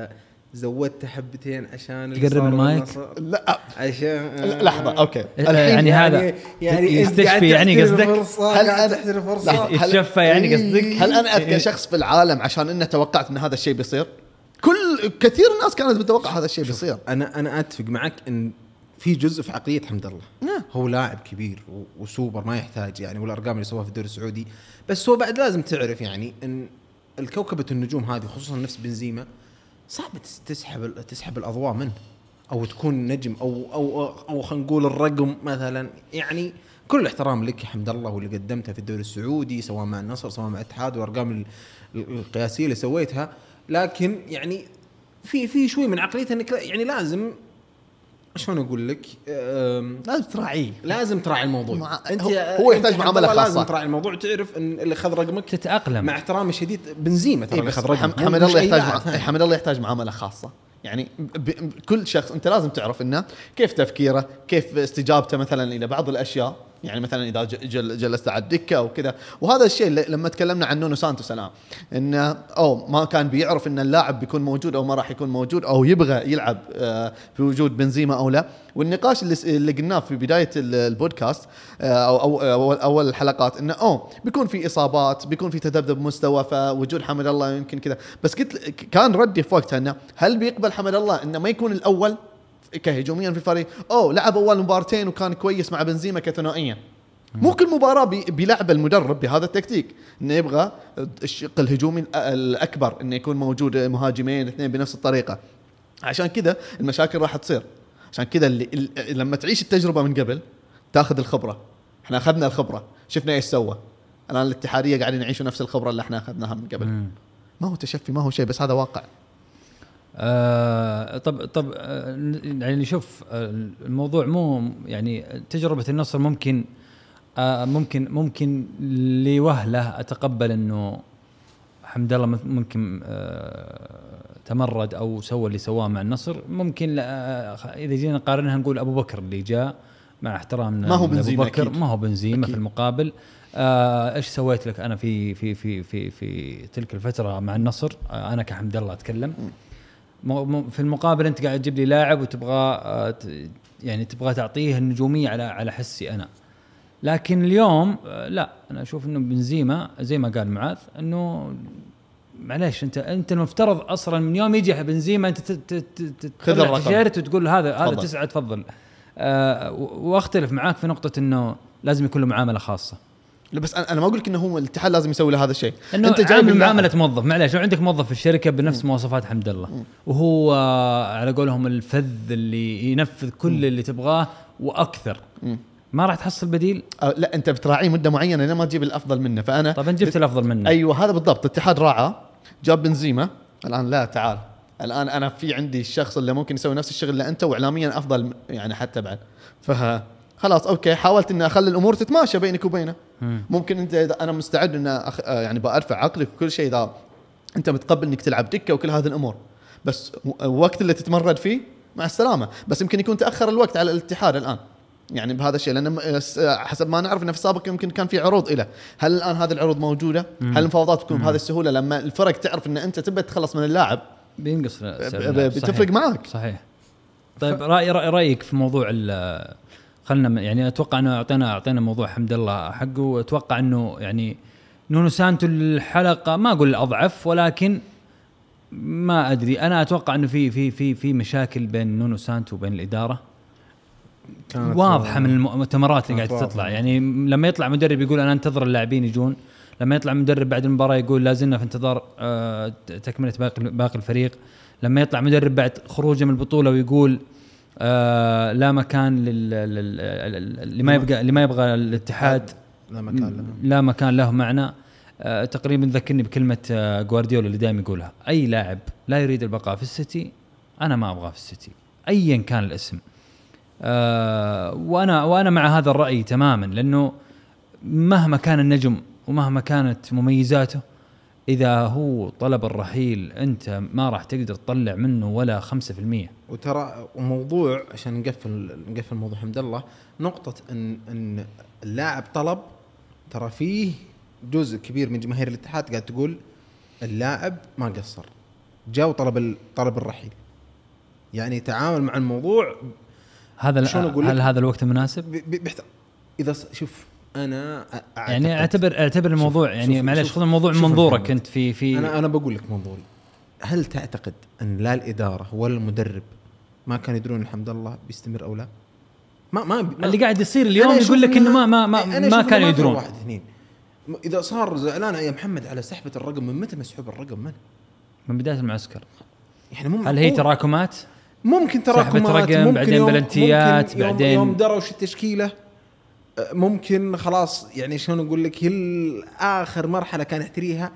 زودت حبتين عشان تقرب المايك. لا عشان لحظه اوكي يعني هذا يستشفي يعني قصدك هل أنا فرصة يتشفى يعني قصدك هل انا اذكى شخص في العالم عشان انه توقعت ان هذا الشيء بيصير؟ كل كثير الناس كانت متوقع هذا الشيء بيصير. انا انا اتفق معك ان في جزء في عقليه حمد الله. نعم. هو لاعب كبير وسوبر ما يحتاج يعني والارقام اللي سواها في الدوري السعودي، بس هو بعد لازم تعرف يعني ان الكوكبه النجوم هذه خصوصا نفس بنزيما صعب تسحب تسحب الاضواء منه او تكون نجم او او او خلينا نقول الرقم مثلا. يعني كل الاحترام لك يا حمد الله واللي قدمته في الدوري السعودي سواء مع النصر سواء مع الاتحاد والارقام القياسيه اللي سويتها، لكن يعني في في شوي من عقليته انك يعني لازم شلون اقول لك لازم تراعيه، لازم تراعي الموضوع. مع... انت هو, هو يحتاج معامله خاصه، لازم تراعي الموضوع وتعرف ان اللي خذ رقمك تتاقلم. مع احترامي الشديد بنزيما ترى اللي خذ رقمك حمد الله يحتاج مع... حمد الله يحتاج معامله خاصه. يعني ب... كل شخص انت لازم تعرف انه كيف تفكيره كيف استجابته مثلا الى بعض الاشياء. يعني مثلا اذا جل جلست على الدكه او كذا. وهذا الشيء لما تكلمنا عن نونو سانتوس الان انه او ما كان بيعرف ان اللاعب بيكون موجود او ما راح يكون موجود او يبغى يلعب في وجود بنزيما او لا. والنقاش اللي اللي قلناه في بدايه البودكاست او او اول, أول الحلقات انه او بيكون في اصابات بيكون في تذبذب مستوى فوجود حمد الله يمكن كذا. بس قلت كان ردي في وقتها انه هل بيقبل حمد الله انه ما يكون الاول كهجوميا في الفريق؟ أو لعب أول مبارتين وكان كويس مع بنزيما كثنائيا. مو كل مباراة بيلعب المدرب بهذا التكتيك إنه يبغى الشق الهجومي الأكبر إنه يكون موجود مهاجمين اثنين بنفس الطريقة. عشان كذا المشاكل راح تصير. عشان كذا اللي لما تعيش التجربة من قبل تأخذ الخبرة. إحنا أخذنا الخبرة شفنا إيش سوى. الآن الاتحادية قاعدين يعيشوا نفس الخبرة اللي إحنا أخذناها من قبل. مم. ما هو تشفي ما هو شيء بس هذا واقع. آه طب طب آه يعني شوف آه الموضوع مو يعني تجربة النصر ممكن آه ممكن ممكن لوهلة أتقبل إنه حمد الله ممكن آه تمرد أو سوى اللي سواه مع النصر. ممكن آه إذا جينا نقارنها نقول أبو بكر اللي جاء مع احترامنا ما هو بنزيما أبو بكر أكيد. ما هو بنزيما في المقابل. آه إيش سويت لك أنا في في في في في تلك الفترة مع النصر؟ آه أنا كحمد الله أتكلم. في المقابل انت قاعد تجيب لي لاعب وتبغى يعني تبغى تعطيه النجوميه على على حسي انا. لكن اليوم لا انا اشوف انه بنزيما زي ما قال معاذ انه معليش انت انت المفترض اصلا من يوم يجي بنزيما انت تطلع تيشيرت وتقول هذا هذا تسعة تفضل. أه واختلف معاك في نقطه انه لازم يكون له معامله خاصه. لا بس انا ما اقول لك انه هو الاتحاد لازم يسوي له هذا الشيء. انت جايب معامله موظف معليش لو عندك موظف في الشركه بنفس م. مواصفات حمد الله م. وهو على قولهم الفذ اللي ينفذ كل م. اللي تبغاه واكثر م. ما راح تحصل بديل. لا انت بتراعي مده معينه لما تجيب الافضل منه. فانا طب انت جبت الافضل منه. ايوه هذا بالضبط. الاتحاد راعى جاب بنزيما. الان لا تعال الان انا في عندي الشخص اللي ممكن يسوي نفس الشغل اللي انت واعلاميا افضل يعني حتى بعد. فها خلاص اوكي حاولت ان اخلي الامور تتماشى بينك وبينه. مم. ممكن انت اذا انا مستعد ان أخ... يعني بارفع عقلك وكل شيء اذا انت متقبل انك تلعب دكه وكل هذه الامور. بس الوقت اللي تتمرد فيه مع السلامه. بس يمكن يكون تاخر الوقت على الاتحاد الان يعني بهذا الشيء لان حسب ما نعرف انه في السابق يمكن كان في عروض له. هل الان هذه العروض موجوده؟ مم. هل المفاوضات تكون بهذه السهوله لما الفرق تعرف ان انت تبي تخلص من اللاعب بينقص بتفرق معك؟ صحيح. طيب راي رايك في موضوع خلنا يعني اتوقع انه اعطينا اعطينا موضوع حمد الله حقه. واتوقع انه يعني نونو سانتو الحلقه ما اقول اضعف ولكن ما ادري انا اتوقع انه في في في في مشاكل بين نونو سانتو وبين الاداره واضحه من المؤتمرات اللي قاعده تطلع. يعني لما يطلع مدرب يقول انا انتظر اللاعبين يجون. لما يطلع مدرب بعد المباراه يقول لازلنا في انتظار آه تكمله باقي باقي الفريق. لما يطلع مدرب بعد خروجه من البطوله ويقول آه لا مكان لل... لل... لما يبقى لما يبغى الاتحاد لا مكان له لا مكان له معنى. آه تقريبا ذكرني بكلمه آه غوارديولا اللي دائما يقولها اي لاعب لا يريد البقاء في السيتي انا ما ابغاه في السيتي ايا كان الاسم. آه وانا وانا مع هذا الراي تماما لانه مهما كان النجم ومهما كانت مميزاته إذا هو طلب الرحيل أنت ما راح تقدر تطلع منه ولا خمسة في المية. وترى موضوع عشان نقفل نقفل موضوع حمد الله نقطة إن إن اللاعب طلب ترى فيه جزء كبير من جماهير الاتحاد قاعد تقول اللاعب ما قصر جاء وطلب طلب الرحيل، يعني تعامل مع الموضوع. هذا هل هذا الوقت المناسب؟ بيحت... اذا شوف انا يعني اعتبر اعتبر الموضوع يعني معلش خذ الموضوع من منظورك انت في في انا انا بقول لك منظوري. هل تعتقد ان لا الاداره ولا المدرب ما كانوا يدرون الحمد الله بيستمر او لا؟ ما ما, ما اللي قاعد يصير اليوم يقول لك انه ما ما ما, ما كانوا يدرون. واحد اثنين اذا صار زعلان يا محمد على سحبه الرقم، من متى مسحوب الرقم؟ من من بدايه المعسكر يعني. مو هل هي تراكمات؟ ممكن تراكمات، ممكن بعدين بلنتيات، ممكن بعدين يوم دروش التشكيله، ممكن خلاص يعني شلون اقول لك، هي اخر مرحله كان يحتريها.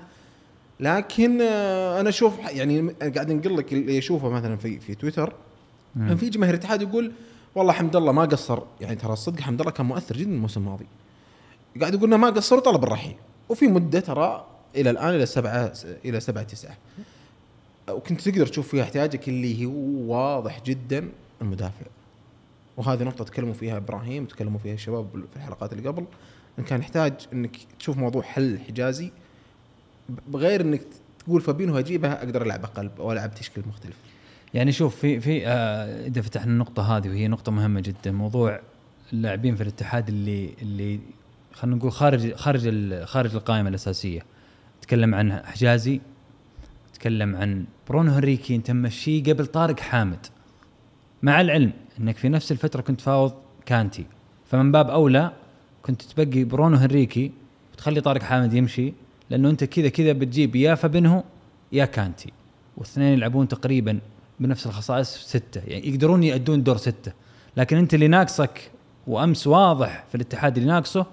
لكن انا اشوف يعني قاعد نقول لك اللي يشوفه مثلا في في تويتر، كان في جماهير الاتحاد يقول والله حمد الله ما قصر، يعني ترى الصدق حمد الله كان مؤثر جدا الموسم الماضي. قاعد يقولنا ما قصر وطلب الرحيل، وفي مده ترى الى الان الى سبعة الى سبعة تسعة، وكنت تقدر تشوف فيها احتياجك اللي هو واضح جدا المدافع. وهذه نقطة تكلموا فيها إبراهيم، تكلموا فيها الشباب في الحلقات اللي قبل، إن كان يحتاج إنك تشوف موضوع حل حجازي، بغير إنك تقول فابينو هجيبها أقدر ألعب قلب أو ألعب تشكيل مختلف. يعني شوف في في آه إذا فتحنا النقطة هذه، وهي نقطة مهمة جدا، موضوع اللاعبين في الاتحاد اللي اللي خلينا نقول خارج خارج خارج القائمة الأساسية. تكلم عن حجازي، تكلم عن برونو هنريكي، أنت مشي قبل طارق حامد، مع العلم انك في نفس الفتره كنت فاوض كانتي، فمن باب اولى كنت تبقي برونو هنريكي وتخلي طارق حامد يمشي، لانه انت كذا كذا بتجيب يا فابينهو يا كانتي، واثنين يلعبون تقريبا بنفس الخصائص ستة، يعني يقدرون يأدون دور ستة. لكن انت اللي ناقصك، وامس واضح في الاتحاد اللي ناقصه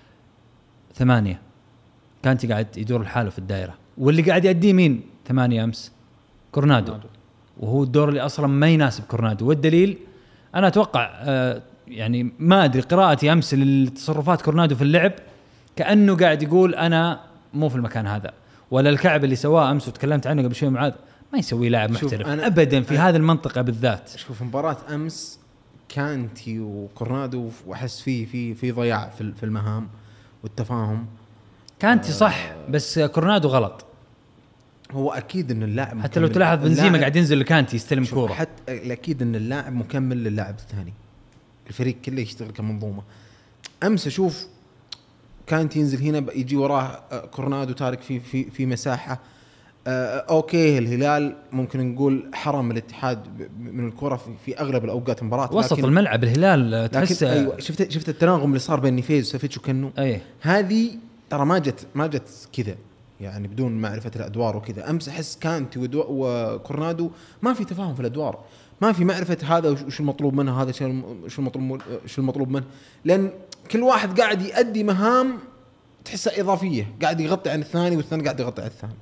ثمانية، كانتي قاعد يدور الحاله في الدائره، واللي قاعد يأدي مين ثمانية امس؟ كورنادو، وهو الدور اللي أصلا ما يناسب كورنادو. والدليل أنا أتوقع آه يعني ما أدري، قراءتي أمس للتصرفات كورنادو في اللعب كأنه قاعد يقول أنا مو في المكان هذا، ولا الكعب اللي سواه أمس وتكلمت عنه قبل شوي معاذ ما يسوي لاعب محترف أبدا في هذه المنطقة بالذات. شوف مباراة أمس كانتي وكورنادو وأحس فيه في في ضياع في في المهام والتفاهم. كانتي صح آه بس كورنادو غلط. هو اكيد ان اللاعب حتى لو تلاحظ بنزيما قاعد ينزل لكانتي يستلم كوره، حتى اكيد ان اللاعب مكمل للاعب الثاني، الفريق كله يشتغل كمنظومه. امس اشوف كانتي ينزل هنا يجي وراه كورنادو تارك في في في مساحه. آه اوكي الهلال ممكن نقول حرم الاتحاد من الكره في, في اغلب الاوقات المباراه، وسط الملعب الهلال تحس. أيوة شفت شفت التناغم اللي صار بين نيفيز وسافيتش وكنو. أيه. هذه ترى ما جت ما جت كذا يعني بدون معرفة الأدوار وكذا. أمس أحس كانتي وكورنادو ما في تفاهم في الأدوار، ما في معرفة هذا وش المطلوب منه، هذا شو المطلوب شو المطلوب منه، لأن كل واحد قاعد يؤدي مهام تحسها إضافية، قاعد يغطي عن الثاني والثاني قاعد يغطي عن الثاني.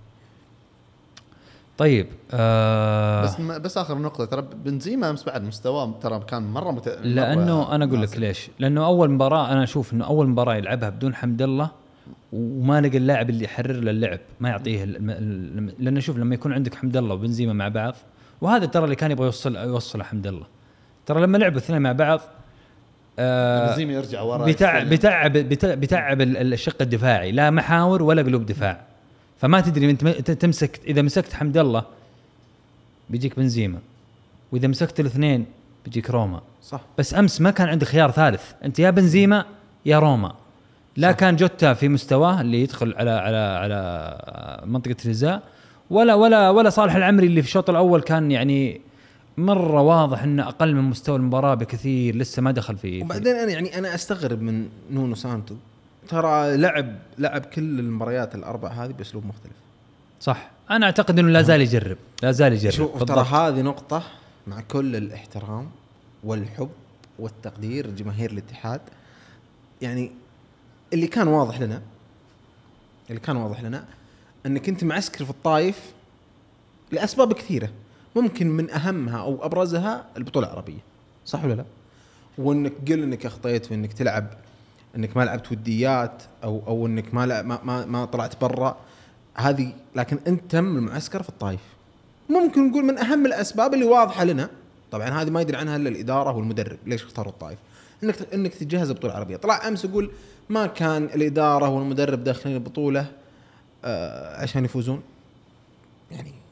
طيب آه بس بس آخر نقطة، ترى بنزيما أمس بعد مستواه ترى كان مرة مت... لأنه مرة أنا أقول لك ليش، لأنه أول مباراة أنا أشوف إنه أول مباراة يلعبها بدون حمد الله وما لقى اللاعب اللي يحرر له اللعب، ما يعطيه لأنه شوف لما يكون عندك حمد الله وبنزيما مع بعض، وهذا ترى اللي كان يبغى يوصل يوصل حمد الله، ترى لما لعبوا الاثنين مع بعض آه بنزيما يرجع ورا بتعب بتعب بتعب الشق الدفاعي، لا محاور ولا قلوب دفاع، فما تدري انت تمسك، اذا مسكت حمد الله بيجيك بنزيما، واذا مسكت الاثنين بيجيك روما. صح. بس امس ما كان عندك خيار ثالث، انت يا بنزيما يا روما. لا صح. كان جوتا في مستواه اللي يدخل على على على منطقه الجزاء، ولا ولا ولا صالح العمري اللي في الشوط الاول كان يعني مره واضح انه اقل من مستوى المباراه بكثير، لسه ما دخل فيه. وبعدين انا يعني انا استغرب من نونو سانتو، ترى لعب لعب كل المباريات الاربع هذه باسلوب مختلف. صح. انا اعتقد انه لا زال يجرب لا زال يجرب. ترى هذه نقطه مع كل الاحترام والحب والتقدير جماهير الاتحاد، يعني اللي كان واضح لنا اللي كان واضح لنا انك انت معسكر في الطايف لاسباب كثيره، ممكن من اهمها او ابرزها البطوله العربيه، صح ولا لا؟ وانك قل انك اخطيت في انك تلعب، انك ما لعبت وديات او او انك ما ما ما, ما طلعت برا هذه، لكن انت تم المعسكر في الطايف. ممكن نقول من اهم الاسباب اللي واضحه لنا، طبعا هذه ما يدري عنها الا الاداره والمدرب ليش اختاروا الطايف، انك انك تتجهز البطوله العربيه. طلع امس يقول ما كان الاداره والمدرب داخلين البطوله آه عشان يفوزون، يعني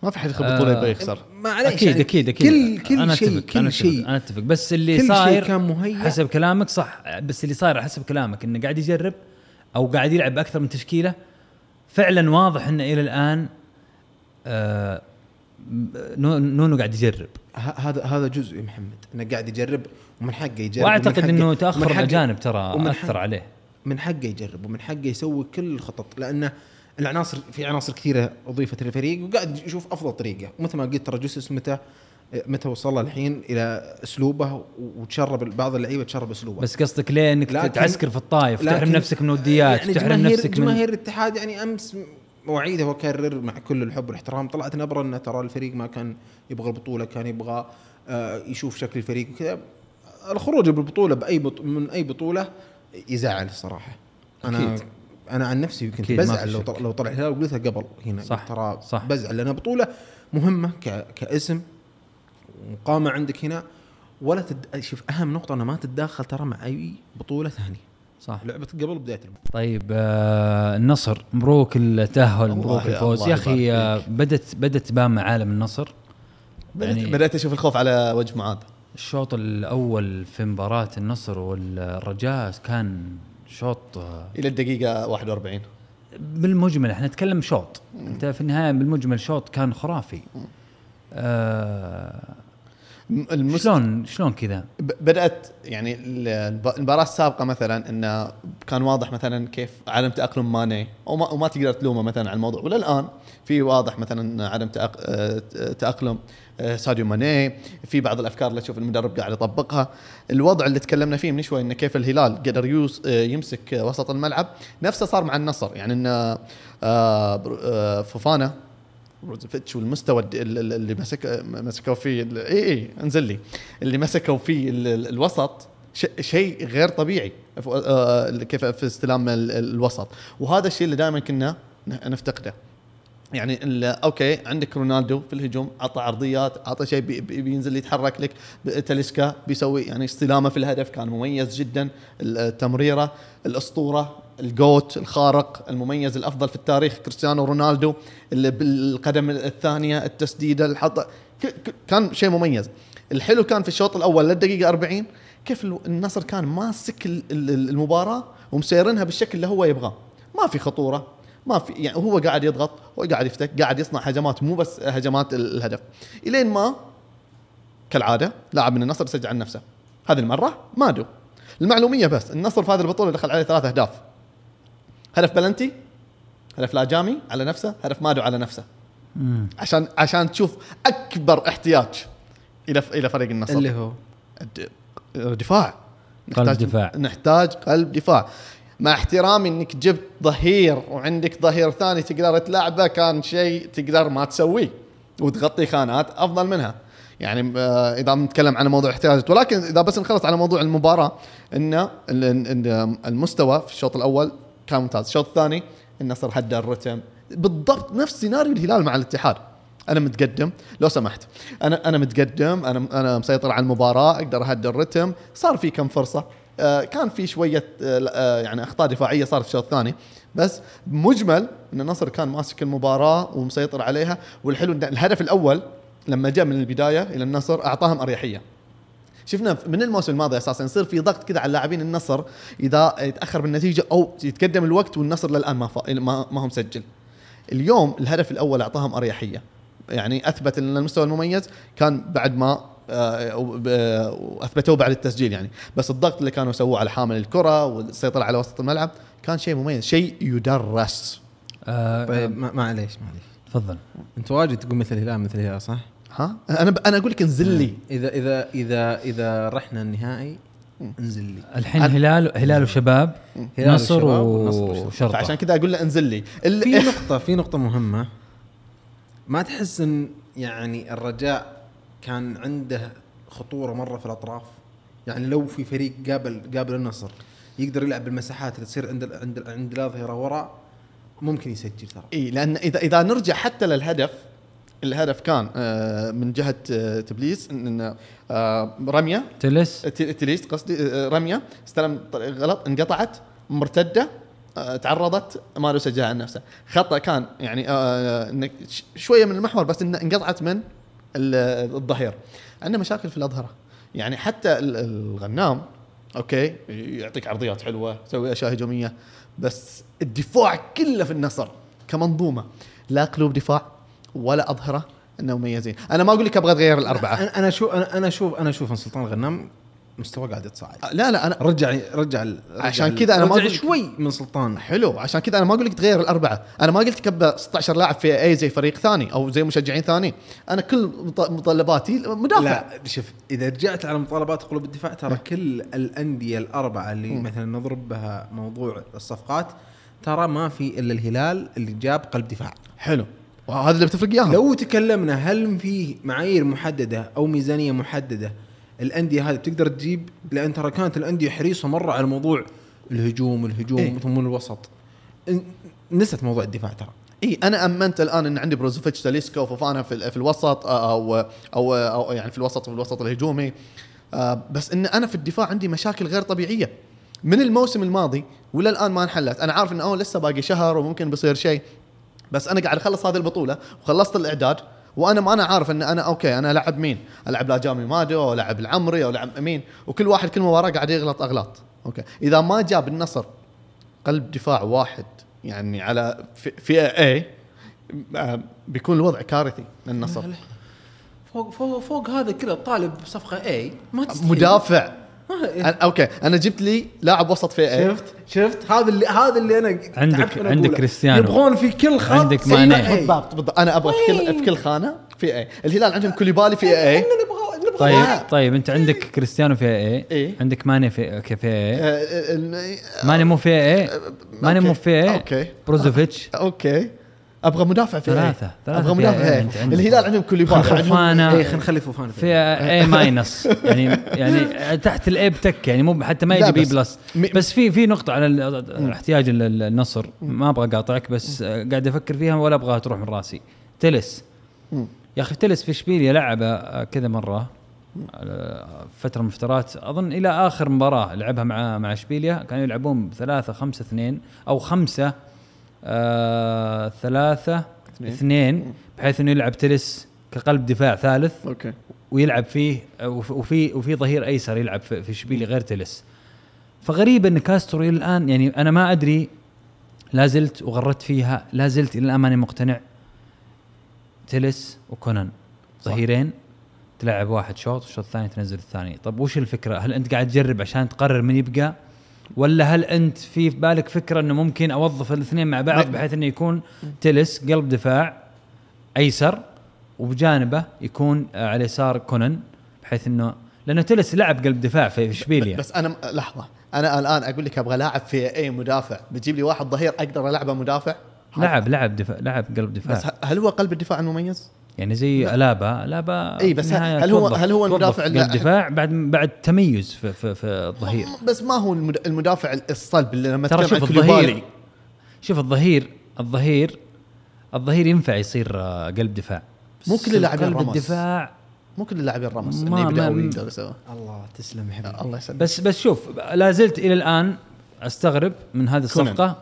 ما في حد يدخل بطوله آه. يبغى يخسر. معليش اكيد يعني اكيد اكيد كل كل أنا شيء أتفق. أنا كل أتفق. شيء انا اتفق بس اللي كل صاير شيء كان مهيأ حسب كلامك صح، بس اللي صاير حسب كلامك انه قاعد يجرب او قاعد يلعب اكثر من تشكيله، فعلا واضح انه الى الان آه نونو قاعد يجرب. هذا هذا جزء يا محمد انه قاعد يجرب ومن حقه يجرب، واعتقد انه تاخر ومن حقه الاجانب ترى ومن اثر حق عليه. من حقه يجرب ومن حقه يسوي كل الخطط، لانه العناصر في عناصر كثيره اضيفت للفريق وقاعد يشوف افضل طريقه. ومثل ما قلت ترى جوسس متى متى وصل الحين الى اسلوبه وتشرب بعض اللعيبه تشرب اسلوبه. بس قصدك ليه انك تعسكر في الطايف، تحرم نفسك من وديات، يعني تحرم جماهير نفسك جماهير من الاتحاد يعني امس مواعيده وكرر مع كل الحب والاحترام، طلعت نبره ان ترى الفريق ما كان يبغى البطوله، كان يبغى يشوف شكل الفريق وكذا. الخروج بالبطوله باي بط... من اي بطوله يزعل الصراحه. انا أكيد. انا عن نفسي كنت بزعل لو طلع لو طلع الهلال، وقلتها قبل هنا صح. ترى صح. بزعل لان بطوله مهمه ك... كاسم مقامه عندك هنا، ولا تد... شوف اهم نقطه انا ما تتداخل ترى مع اي بطوله ثانيه. صح. لعبت قبل بدايه المباراة. طيب آه النصر مبروك التأهل، مبروك الفوز يا اخي. آه بدت بدت تبان معالم النصر. يعني بدأت أشوف الخوف على وجه معاذ. الشوط الأول في مباراة النصر والرجاء كان شوط آه إلى الدقيقة واحد وأربعين بالمجمل. احنا نتكلم شوط، انت في النهاية بالمجمل شوط كان خرافي. آه المس... شلون شلون كذا بدأت يعني المباراة السابقة مثلا إنه كان واضح مثلا كيف عدم تأقلم ماني وما, وما تقدر تلومه مثلا على الموضوع، ولا الآن في واضح مثلا عدم تأق... تأقلم ساديو ماني في بعض الأفكار اللي تشوف المدرب قاعد يطبقها. الوضع اللي تكلمنا فيه من شوي إنه كيف الهلال قدر يوس يمسك وسط الملعب، نفسه صار مع النصر. يعني إنه فوفانا بروزوفيتش والمستوى اللي مسك مسكوا فيه اي اي انزل لي اللي مسكوا فيه الوسط شيء غير طبيعي كيف في استلام الوسط، وهذا الشيء اللي دائما كنا نفتقده. يعني اوكي عندك رونالدو في الهجوم عطى عرضيات، عطى شيء بي بينزل يتحرك لك، تاليسكا بيسوي يعني استلامه في الهدف كان مميز جدا، التمريره الاسطوره الجوت الخارق المميز الافضل في التاريخ كريستيانو رونالدو اللي بالقدم الثانيه التسديده الحط كان شيء مميز. الحلو كان في الشوط الاول للدقيقه أربعين كيف النصر كان ماسك المباراه ومسيرنها بالشكل اللي هو يبغاه، ما في خطوره ما في، يعني هو قاعد يضغط هو قاعد يفتك قاعد يصنع هجمات مو بس هجمات الهدف، الين ما كالعاده لاعب من النصر سجل عن نفسه. هذه المره مادو المعلوميه بس النصر في هذه البطوله دخل عليه ثلاث اهداف، هدف بلنتي، هدف لاجامي على نفسه، هدف مادو على نفسه. مم. عشان عشان تشوف اكبر احتياج الى الى فريق النصر اللي هو الدفاع. نحتاج دفاع نحتاج قلب دفاع. مع احترامي انك جبت ظهير وعندك ظهير ثاني تقدر تلعبه كان شيء تقدر ما تسويه وتغطي خانات افضل منها. يعني اذا بنتكلم عن موضوع احتياجات، ولكن اذا بس نخلص على موضوع المباراه ان المستوى في الشوط الاول كان ممتاز. الشوط الثاني النصر هدى الرتم بالضبط نفس سيناريو الهلال مع الاتحاد. انا متقدم لو سمحت، انا انا متقدم، انا انا مسيطر على المباراه، اقدر اهدى الرتم. صار في كم فرصه، آه كان في شويه آه يعني اخطاء دفاعيه صار في الشوط الثاني، بس مجمل ان النصر كان ماسك المباراه ومسيطر عليها. والحلو ان الهدف الاول لما جاء من البدايه الى النصر اعطاهم اريحيه. شفنا من الموسم الماضي اساسا يصير في ضغط كذا على لاعبين النصر اذا يتاخر بالنتيجه او يتقدم الوقت والنصر للان ما فا... ما ما هو مسجل. اليوم الهدف الاول اعطاهم اريحيه، يعني اثبت ان المستوى المميز كان بعد ما واثبتوه بعد التسجيل يعني. بس الضغط اللي كانوا يسووه على حامل الكره والسيطره على وسط الملعب كان شيء مميز، شيء يدرس. آه طيب ما معليش معليش تفضل. انت واجد تقول مثل الهلال مثل الهلال صح؟ ها انا ب... انا اقول لك انزل لي. اذا اذا اذا اذا رحنا النهائي انزل لي. الحين هلال هلال وشباب، نصر وشرطه، عشان كذا اقول له انزل لي. ال... في نقطه في نقطه مهمه، ما تحس ان يعني الرجاء كان عنده خطوره مره في الاطراف؟ يعني لو في فريق قابل قابل النصر يقدر يلعب بالمساحات اللي تصير عند عند عند الاظهره وراء ممكن يسجل ترى. اي لان اذا اذا نرجع حتى للهدف، الهدف كان من جهه تبليس ان رميه تلس تليس قصدي رميه استلم غلط انقطعت مرتده آه تعرضت ماريو سجلها عن نفسه. خطأ كان يعني آه انك شويه من المحور بس إن انقطعت من الظهير. عندنا مشاكل في الاظهره يعني حتى الغنام اوكي يعطيك عرضيات حلوه يسوي اشياء هجوميه بس الدفاع كله في النصر كمنظومه لا قلوب دفاع ولا اظهره انه مميزين. انا ما اقول لك ابغى اتغير الاربعه. انا شو انا انا اشوف انا اشوف ان سلطان الغنام مستوى قاعد يتصاعد. لا لا انا رجع رجع عشان كذا انا ما اقول شوي من سلطان حلو. عشان كذا انا ما اقول لك تغير الاربعه. انا ما قلت كب ستة عشر لاعب في اي زي فريق ثاني او زي مشجعين ثاني. انا كل مطالباتي مدافع. لا شوف اذا رجعت على مطالبات قلوب الدفاع ترى كل الانديه الاربعه اللي م. مثلا نضرب بها موضوع الصفقات ترى ما في الا الهلال اللي جاب قلب دفاع حلو وهذا اللي بتفرق اياها. لو تكلمنا هل في معايير محدده او ميزانيه محدده الانديه هذه بتقدر تجيب لان ترى كانت الانديه حريصه مره على موضوع الهجوم الهجوم إيه؟ ثم الوسط نسيت موضوع الدفاع ترى. اي انا امنت الان ان عندي بروزوفيتش تاليسكا وفوفانا في في الوسط او او, أو يعني في الوسط في الوسط الهجومي بس ان انا في الدفاع عندي مشاكل غير طبيعيه من الموسم الماضي ولا الان ما انحلت. انا عارف انه لسه باقي شهر وممكن بيصير شيء بس انا قاعد اخلص هذه البطوله وخلصت الاعداد وانا ما انا عارف ان انا اوكي انا العب مين العب لا جامي مادو او العب العمري او العب مين وكل واحد كل مباراه قاعد يغلط اغلاط. اوكي اذا ما جاب النصر قلب دفاع واحد يعني على في اي بيكون الوضع كارثي للنصر. فوق فوق فوق هذا كذا طالب صفقه اي ما تستحيل. مدافع أنا اوكي انا جبت لي لاعب وسط في اي. شفت شفت هذا اللي هذا اللي انا عندك عندك كريستيانو يبغون في كل خط عندك ماني بالضبط بالضبط. انا ابغى في كل في كل خانه في اي. الهلال عندهم كوليبالي في اي. طيب طيب انت عندك كريستيانو في اي إيه؟ عندك ماني في كيف اي ماني مو في اي ماني مو في اي اوكي بروزوفيتش اوكي ابغى مدافع في ثلاثه ابغى مدافع في الهلال عندهم كوليبالي فوفانا اي خلينا نخلي فوفانا في اي ماينس يعني يعني تحت الاي بتك يعني مو حتى ما يجي بي بلس بس في في نقطه على احتياج النصر ما ابغى اقاطعك بس قاعد افكر فيها ولا ابغاها تروح من راسي. تلس يا اخي تلس في اشبيليا لعبه كذا مره فتره من فترات اظن الى اخر مباراه لعبها مع مع اشبيليا كانوا يلعبون بثلاثة خمسة اثنين او خمسة آه ثلاثة اثنين بحيث انه يلعب تلس كقلب دفاع ثالث اوكي ويلعب فيه وفي وفي ظهير ايسر يلعب في اشبيليا غير تلس. فغريب ان كاسترو الى الان يعني انا ما ادري لا زلت وغردت فيها لا زلت الى الان ماني مقتنع. تلس وكونان ظهيرين تلعب واحد شوط والشوط الثاني تنزل الثاني. طب وش الفكرة؟ هل أنت قاعد تجرب عشان تقرر من يبقى ولا هل أنت في بالك فكرة أنه ممكن أوظف الاثنين مع بعض بحيث أنه يكون تلس قلب دفاع أيسر وبجانبه يكون على اليسار كونان بحيث أنه لأنه تلس لعب قلب دفاع في إشبيليا. بس أنا لحظة أنا الآن أقول لك أبغى لاعب في أي مدافع بتجيب لي واحد ظهير أقدر ألعبه مدافع. لعب لعب دفاع لعب قلب دفاع بس هل هو قلب الدفاع المميز؟ يعني زي ألابا ألابا اي بس هل هو هل هو المدافع الدفاع بعد بعد تميز في في, في الظهير بس ما هو المدافع الصلب اللي لما ترى شوف الظهير شوف الظهير الظهير الظهير ينفع يصير قلب دفاع مو كل اللاعبين قلب الدفاع مو كل اللاعبين رمس اللي بداوا يقدروا يسووا. الله تسلم يا حبيبي الله يسلمك. بس بس شوف لا زلت الى الان استغرب من هذه الصفقه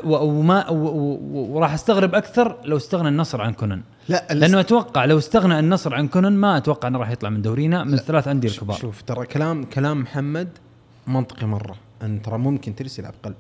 وما وراح استغرب اكثر لو استغنى النصر عن كونان. لا لانه اتوقع لو استغنى النصر عن كونان ما اتوقع انه راح يطلع من دورينا من ثلاث انديه الكبار. شوف ترى كلام كلام محمد منطقي مره ان ترى ممكن تلس يلعب قلب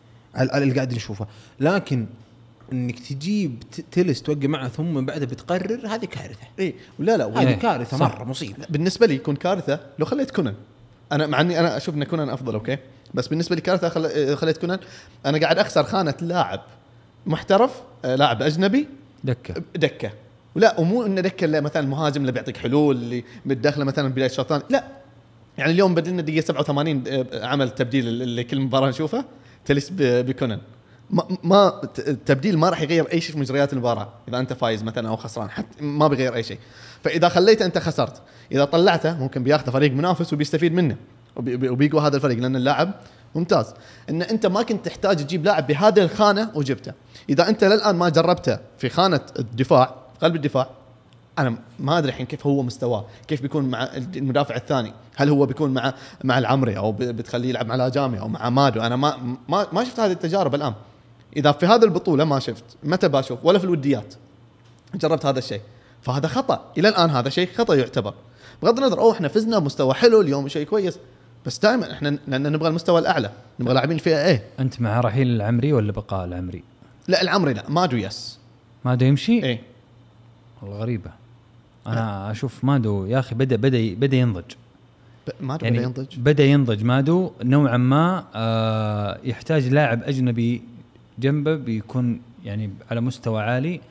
اللي قاعد نشوفه لكن انك تجيب تلس توقع معه ثم بعدها بتقرر هذه كارثه. اي ولا لا هذه كارثه مره مصيبه بالنسبه لي. يكون كارثه لو خليت كونان. انا مع اني انا اشوف ان كونان افضل اوكي بس بالنسبه لي كارثه خل... خليت كونان. انا قاعد اخسر خانه لاعب محترف لاعب اجنبي دكه دكه ولا ومو ان دكه اللي مثلا المهاجم اللي بيعطيك حلول اللي متداخله مثلا بدايه الشوط الثاني لا يعني اليوم بدلنا دقيقه سبعة وثمانين عمل تبديل اللي كل مباراه نشوفه تلس بكونان ما, ما التبديل ما راح يغير اي شيء في مجريات المباراه اذا انت فايز مثلا او خسران حتى ما بيغير اي شيء. فاذا خليته انت خسرت اذا طلعته ممكن بياخذ فريق منافس وبيستفيد منه وبيقوى هذا الفريق لان اللاعب ممتاز. ان انت ما كنت تحتاج تجيب لاعب بهذه الخانه وجبته. اذا انت للان ما جربته في خانه الدفاع قلب الدفاع انا ما ادري الحين كيف هو مستواه، كيف بيكون مع المدافع الثاني، هل هو بيكون مع مع العمري او بتخليه يلعب مع الاجامي او مع مادو. انا ما ما ما شفت هذه التجارب الان. اذا في هذه البطوله ما شفت، متى بشوف؟ ولا في الوديات جربت هذا الشيء، فهذا خطا الى الان، هذا شيء خطا يعتبر. بغض النظر او احنا فزنا بمستوى حلو اليوم شيء كويس، بس دائما احنا لان نبغى المستوى الاعلى، نبغى لاعبين فيها ايه. انت مع رحيل العمري ولا بقاء العمري؟ لا العمري لا، مادو يس. مادو يمشي؟ ايه والله غريبه. انا اشوف مادو يا اخي بدا بدا بدا ينضج. مادو يعني بدا ينضج بدا ينضج مادو نوعا ما. آه يحتاج لاعب اجنبي جنبه بيكون يعني على مستوى عالي.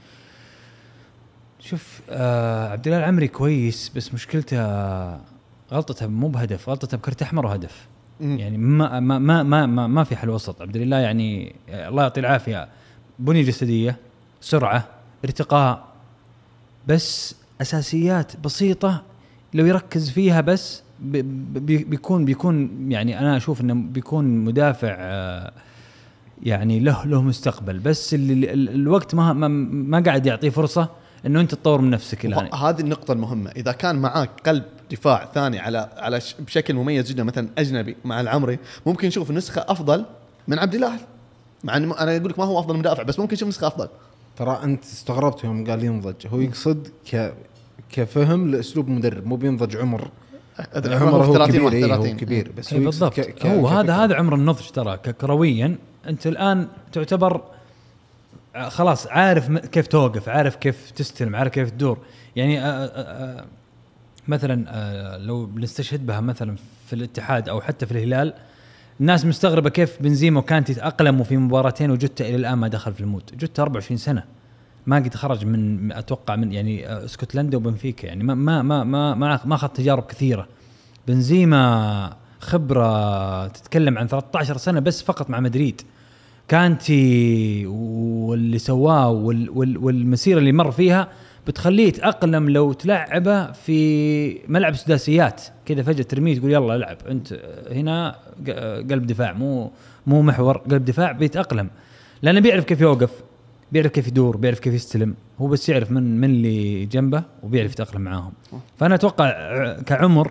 شوف آه عبد الله العمري كويس، بس مشكلته غلطته مو بهدف، غلطته بكرت احمر وهدف. مم. يعني ما ما ما ما ما, ما في حل وسط. عبد الله يعني الله يعطيه العافيه، بنيه جسديه، سرعه، ارتقاء، بس اساسيات بسيطه لو يركز فيها بس بي بيكون بيكون يعني انا اشوف انه بيكون مدافع آه يعني له له مستقبل. بس ال ال الوقت ما ما, ما قاعد يعطيه فرصه انه انت تطور من نفسك الان. هذه النقطه المهمه. اذا كان معاك قلب دفاع ثاني على على بشكل مميز جدا مثلا اجنبي مع العمري، ممكن نشوف نسخه افضل من عبد الله. مع ان انا اقول لك ما هو افضل مدافع، بس ممكن نشوف نسخه افضل. ترى انت استغربت يوم قال ينضج، هو يقصد ك كفهم لاسلوب مدرب، مو بينضج عمر. عمره هو كبير, إيه هو كبير بس هو بالضبط ك... ك... هو هذا هذا عمر النضج. ترى كرويا انت الان تعتبر خلاص عارف كيف توقف، عارف كيف تستلم، عارف كيف تدور. يعني آآ آآ مثلا لو بنستشهد بها مثلا في الاتحاد او حتى في الهلال، الناس مستغربه كيف بنزيما وكانت يتأقلموا في مباراتين وجوتا الى الان ما دخل في المود. جوتا أربعة وعشرين سنه ما قد خرج من اتوقع من يعني اسكتلندا وبنفيكا، يعني ما ما ما ما ما, ما اخذ تجارب كثيره. بنزيما خبره تتكلم عن ثلاثة عشر سنه بس فقط مع مدريد. كانتي واللي سواه وال وال والمسيره اللي مر فيها بتخليه يتأقلم لو تلعبه في ملعب سداسيات كذا، فجأة ترميه تقول يلا العب انت هنا قلب دفاع، مو مو محور، قلب دفاع. بيتأقلم لأنه بيعرف كيف يوقف، بيعرف كيف يدور، بيعرف كيف يستلم. هو بس يعرف من من اللي جنبه وبيعرف يتأقلم معاهم. فأنا أتوقع كعمر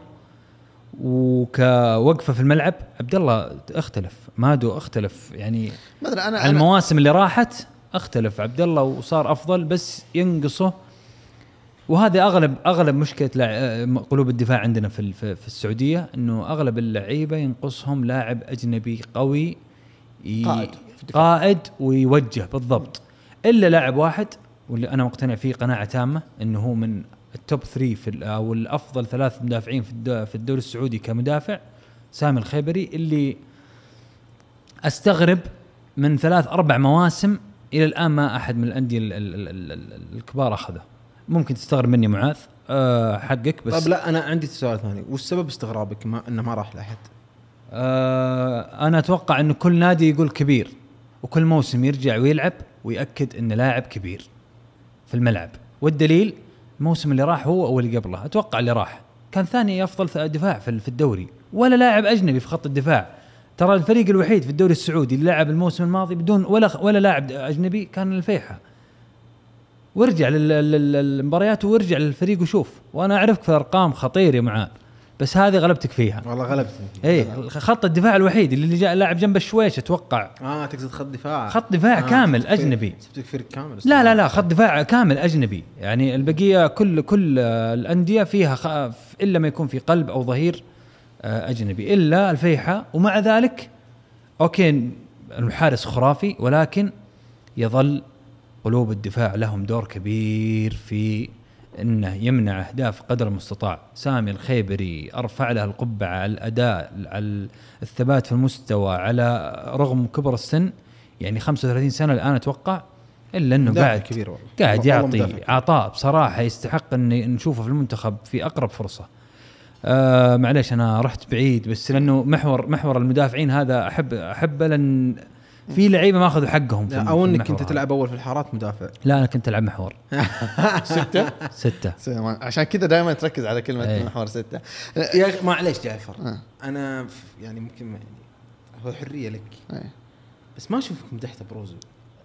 وكوقفه في الملعب عبد الله اختلف، مادو اختلف. يعني مثلا أنا على المواسم اللي راحت اختلف عبد الله وصار أفضل، بس ينقصه. وهذا أغلب أغلب مشكلة قلوب الدفاع عندنا في في السعودية، إنه أغلب اللعيبة ينقصهم لاعب أجنبي قوي قائد قائد ويوجه بالضبط. إلا لاعب واحد واللي أنا مقتنع فيه قناعة تامة إنه هو من التوب ثري في أو الأفضل ثلاث مدافعين في في الدوري السعودي كمدافع، سامي الخيبري، اللي أستغرب من ثلاث أربع مواسم إلى الآن ما أحد من الأندية الكبار أخذه. ممكن تستغرب مني معاذ أه حقك، بس طب لا أنا عندي سؤال ثاني. والسبب استغرابك ما إنه ما راح لأحد؟ أه أنا أتوقع إنه كل نادي يقول كبير، وكل موسم يرجع ويلعب ويأكد إنه لاعب كبير في الملعب. والدليل الموسم اللي راح هو أو اللي قبله، أتوقع اللي راح كان ثاني أفضل دفاع في الدوري، ولا لاعب أجنبي في خط الدفاع. ترى الفريق الوحيد في الدوري السعودي اللي لعب الموسم الماضي بدون ولا ولا لاعب أجنبي كان الفيحة. وارجع للمباريات وارجع للفريق وشوف. وانا اعرفك في ارقام خطير يا معاذ، بس هذه غلبتك فيها. والله غلبتني. ايه خط الدفاع الوحيد اللي جاء لاعب جنب الشويش اتوقع. اه تقصد خط دفاع خط دفاع آه كامل اجنبي. سبتك فريق كامل. لا لا لا خط دفاع كامل اجنبي. يعني البقيه كل كل الانديه فيها خ... الا ما يكون في قلب او ظهير اجنبي الا الفيحة. ومع ذلك اوكي الحارس خرافي، ولكن يظل قلوب الدفاع لهم دور كبير في انه يمنع اهداف قدر المستطاع. سامي الخيبري ارفع له القبعه على الاداء، على الثبات في المستوى، على رغم كبر السن، يعني خمسة وثلاثين سنه الان اتوقع، الا انه قاعد كبير والله. قاعد يعطي عطاء بصراحه يستحق ان نشوفه في المنتخب في اقرب فرصه. آه معليش انا رحت بعيد، بس لانه محور محور المدافعين هذا احب احبه، لان في لعيبه ما اخذوا حقهم. او انك كنت تلعب اول في الحارات مدافع. لا انا كنت العب محور. ستة ستة عشان كذا دائما تركز على كلمه أيه. محور ستة. يا اخي معليش جعفر أه. انا يعني ممكن يعني هو حريه لك أيه. بس ما اشوفك مدحت بروزو.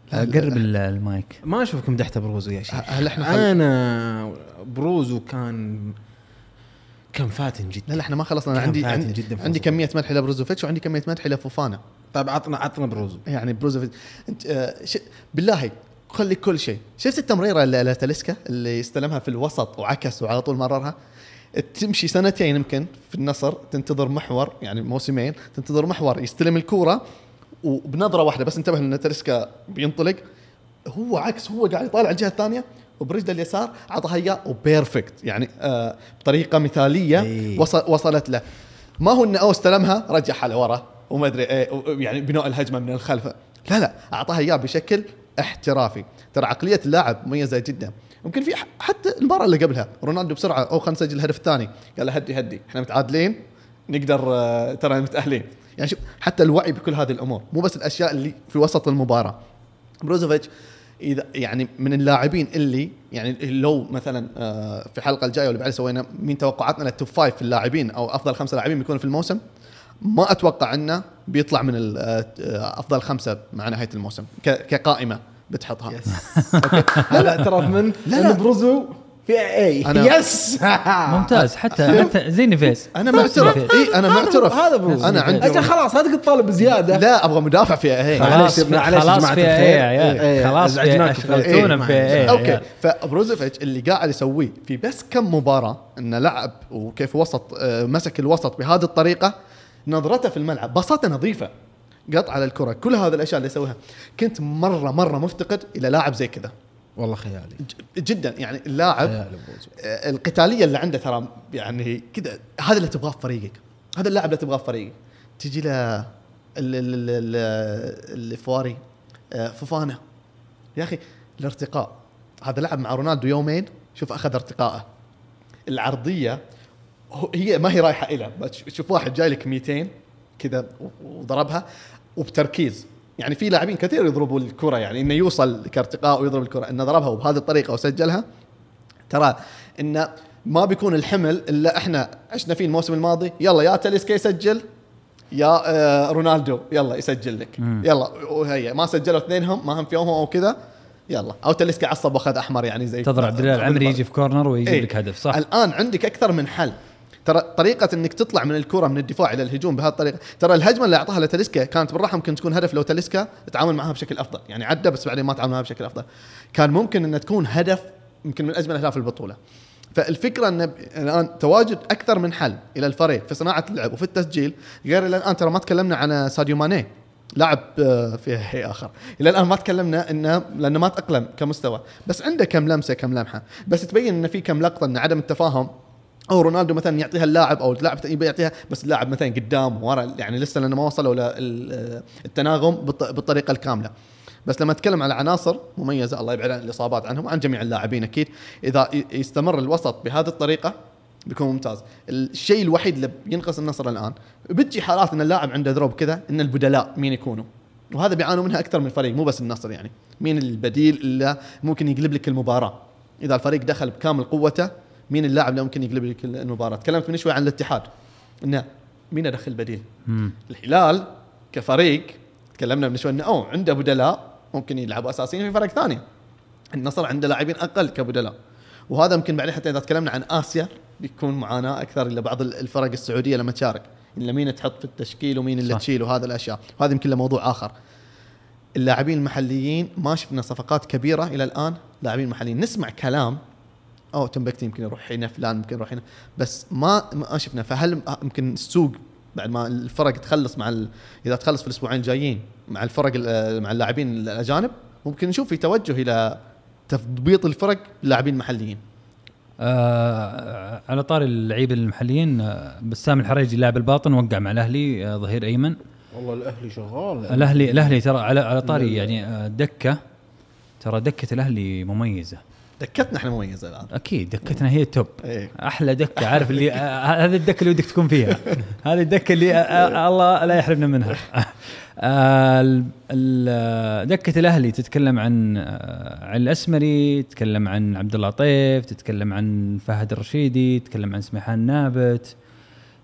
قرب المايك. ما اشوفكم مدحت بروزو يا شيخ. هل احنا خل... انا بروزو كان كان فاتن جدا. لا لا احنا ما خلصنا. انا عندي عندي, جداً عندي كميه مدح لبروزوفيتش وعندي كميه مدح لفوفانا. طيب عطنا عطنا بروزو. يعني بروزوفيتش انت آه ش... بالله خلي كل شيء. شفت التمريره اللي تاليسكا اللي استلمها في الوسط وعكس وعلى طول مررها؟ تمشي سنتين يمكن في النصر تنتظر محور، يعني موسمين تنتظر محور يستلم الكوره وبنظره واحده بس انتبه ان تاليسكا بينطلق، هو عكس، هو قاعد يطالع الجهه الثانيه وبرجله اليسار عطاها اياه وبيرفكت، يعني آه بطريقه مثاليه. أي. وصل وصلت له، ما هو انه او استلمها رجعها لورا وما ادري ايه يعني بناء الهجمه من الخلف، لا لا اعطاها اياه بشكل احترافي. ترى عقليه اللاعب مميزه جدا. ممكن في حتى المباراه اللي قبلها رونالدو بسرعه او خلينا نسجل الهدف الثاني قال له هدي هدي احنا متعادلين نقدر آه ترى متاهلين. يعني شوف حتى الوعي بكل هذه الامور، مو بس الاشياء اللي في وسط المباراه. بروزوفيتش اذا يعني من اللاعبين اللي يعني لو مثلا في الحلقه الجايه واللي بعد سوينا مين توقعاتنا للتوب فايف في اللاعبين او افضل خمسه لاعبين بيكونوا في الموسم، ما اتوقع انه بيطلع من افضل خمسه مع نهايه الموسم كقائمه بتحطها. لا لا ترى من لا بروزو في اي يس ممتاز. حتى حتى زي نيفيز انا معترف. اي انا معترف هذا بروزو. انا عندي اجل خلاص هذا الطالب زياده. لا ابغى مدافع في اي خلاص خلاص في اي خلاص اشغلتونا في اي. اوكي فبروزوفيتش اللي قاعد يسويه في بس كم مباراه انه لعب وكيف وسط مسك الوسط بهذه الطريقه، نظرته في الملعب بساطه نظيفه، قطع على الكره، كل هذه الاشياء اللي يسويها كنت مره مره مفتقد الى لاعب زي كذا. والله خيالي جدا. يعني اللاعب القتاليه اللي عنده ترى يعني كذا، هذا اللي تبغاه في فريقك، هذا اللاعب اللي تبغاه في فريقك. تجي له الفواري فوفانا يا اخي الارتقاء، هذا لعب مع رونالدو يومين شوف اخذ ارتقاءه. العرضيه هي ما هي رايحه إلى، شوف واحد جاي لك مئتين كذا وضربها وبتركيز. يعني في لاعبين كثير يضربوا الكرة، يعني إنه يوصل كارتقاء ويضرب الكرة، إنه ضربها وبهذه الطريقة وسجلها. ترى إنه ما بيكون الحمل إلا إحنا عشنا فيه الموسم الماضي، يلا يا تاليسكا يسجل يا آه رونالدو يلا يسجل لك مم. يلا وهي ما سجلوا اثنينهم ما هم فيهم أو كذا يلا، أو تاليسكا عصب وأخذ أحمر يعني زي تضرع عبد الله العمري يجي في كورنر ويجيب ايه. لك هدف صح. الآن عندك أكثر من حل. ترى طريقة إنك تطلع من الكرة من الدفاع إلى الهجوم بهذه الطريقة، ترى الهجمة اللي أعطاها لتاليسكا كانت بالراحة ممكن تكون هدف لو تاليسكا تعامل معها بشكل أفضل، يعني عدى بس بعدين ما تعامل معها بشكل أفضل، كان ممكن إن تكون هدف يمكن من أجمل أهداف البطولة. فالفكرة إن الآن تواجد أكثر من حل إلى الفريق في صناعة اللعب وفي التسجيل. غير إلى الآن ترى ما تكلمنا عن ساديو ماني لاعب في شيء آخر، إلى الآن ما تكلمنا إنه لأنه ما تأقلم كمستوى، بس عنده كم لمسة كم لمحة، بس تبين إن في كم لقطة إن عدم التفاهم، أو رونالدو مثلا يعطيها اللاعب أو اللاعب يعطيها بس اللاعب مثلا قدام ورا، يعني لسه لأنه ما وصلوا للتناغم بالطريقة الكاملة. بس لما أتكلم على عناصر مميزة الله يبعد عن الإصابات عنهم وعن جميع اللاعبين أكيد، إذا يستمر الوسط بهذه الطريقة بيكون ممتاز. الشيء الوحيد اللي ينقص النصر الآن بتجي حالات إن اللاعب عنده ذروب كذا، إن البدلاء مين يكونوا، وهذا بيعانوا منها أكثر من فريق مو بس النصر. يعني مين البديل اللي ممكن يقلب لك المباراة إذا الفريق دخل بكامل قوته، مين اللاعب اللي ممكن يقلب لك المباراة. تكلمت من شوي عن الاتحاد إنه مين أدخل بديل. مم. الهلال كفريق تكلمنا من شوي إنه أو عنده بدلاء ممكن يلعبوا أساسيين في فرق ثاني. النصر عنده لاعبين أقل كبدلاء، وهذا ممكن بعدين حتى إذا تكلمنا عن آسيا بيكون معاناة أكثر إلا بعض الفرق السعودية لما تشارك، إلا مين تحط في التشكيل ومين اللي تشيل وهذا الأشياء، وهذا يمكن له موضوع آخر. اللاعبين المحليين ما شفنا صفقات كبيرة إلى الآن. لاعبين محليين نسمع كلام أو تنبكتي يمكن يروح هنا، فلان يمكن يروح هنا، بس ما ما شفنا. فهل يمكن السوق بعد ما الفرق تخلص مع ال... إذا تخلص في الأسبوعين الجايين مع الفرق مع اللاعبين الأجانب ممكن نشوف في توجه إلى تضبيط الفرق اللاعبين المحليين. آه على طار اللعيبه المحليين، آه بسام الحريجي لاعب الباطن وقع مع الاهلي آه ظهير ايمن. والله الاهلي شغال. الاهلي الاهلي ترى على على طاري يعني آه دكه، ترى دكه الاهلي مميزه. دكتنا احنا مميزه الان اكيد دكتنا هي التوب. ايه. احلى دكه عارف اللي آه هذه الدكه اللي ودك تكون فيها هذه الدكه اللي آه الله لا يحرمنا منها. آه دكة الأهلي تتكلم عن آه عن الأسمري، تتكلم عن عبد الله عطيف، تتكلم عن فهد الرشيدي، تتكلم عن سميحان نابت.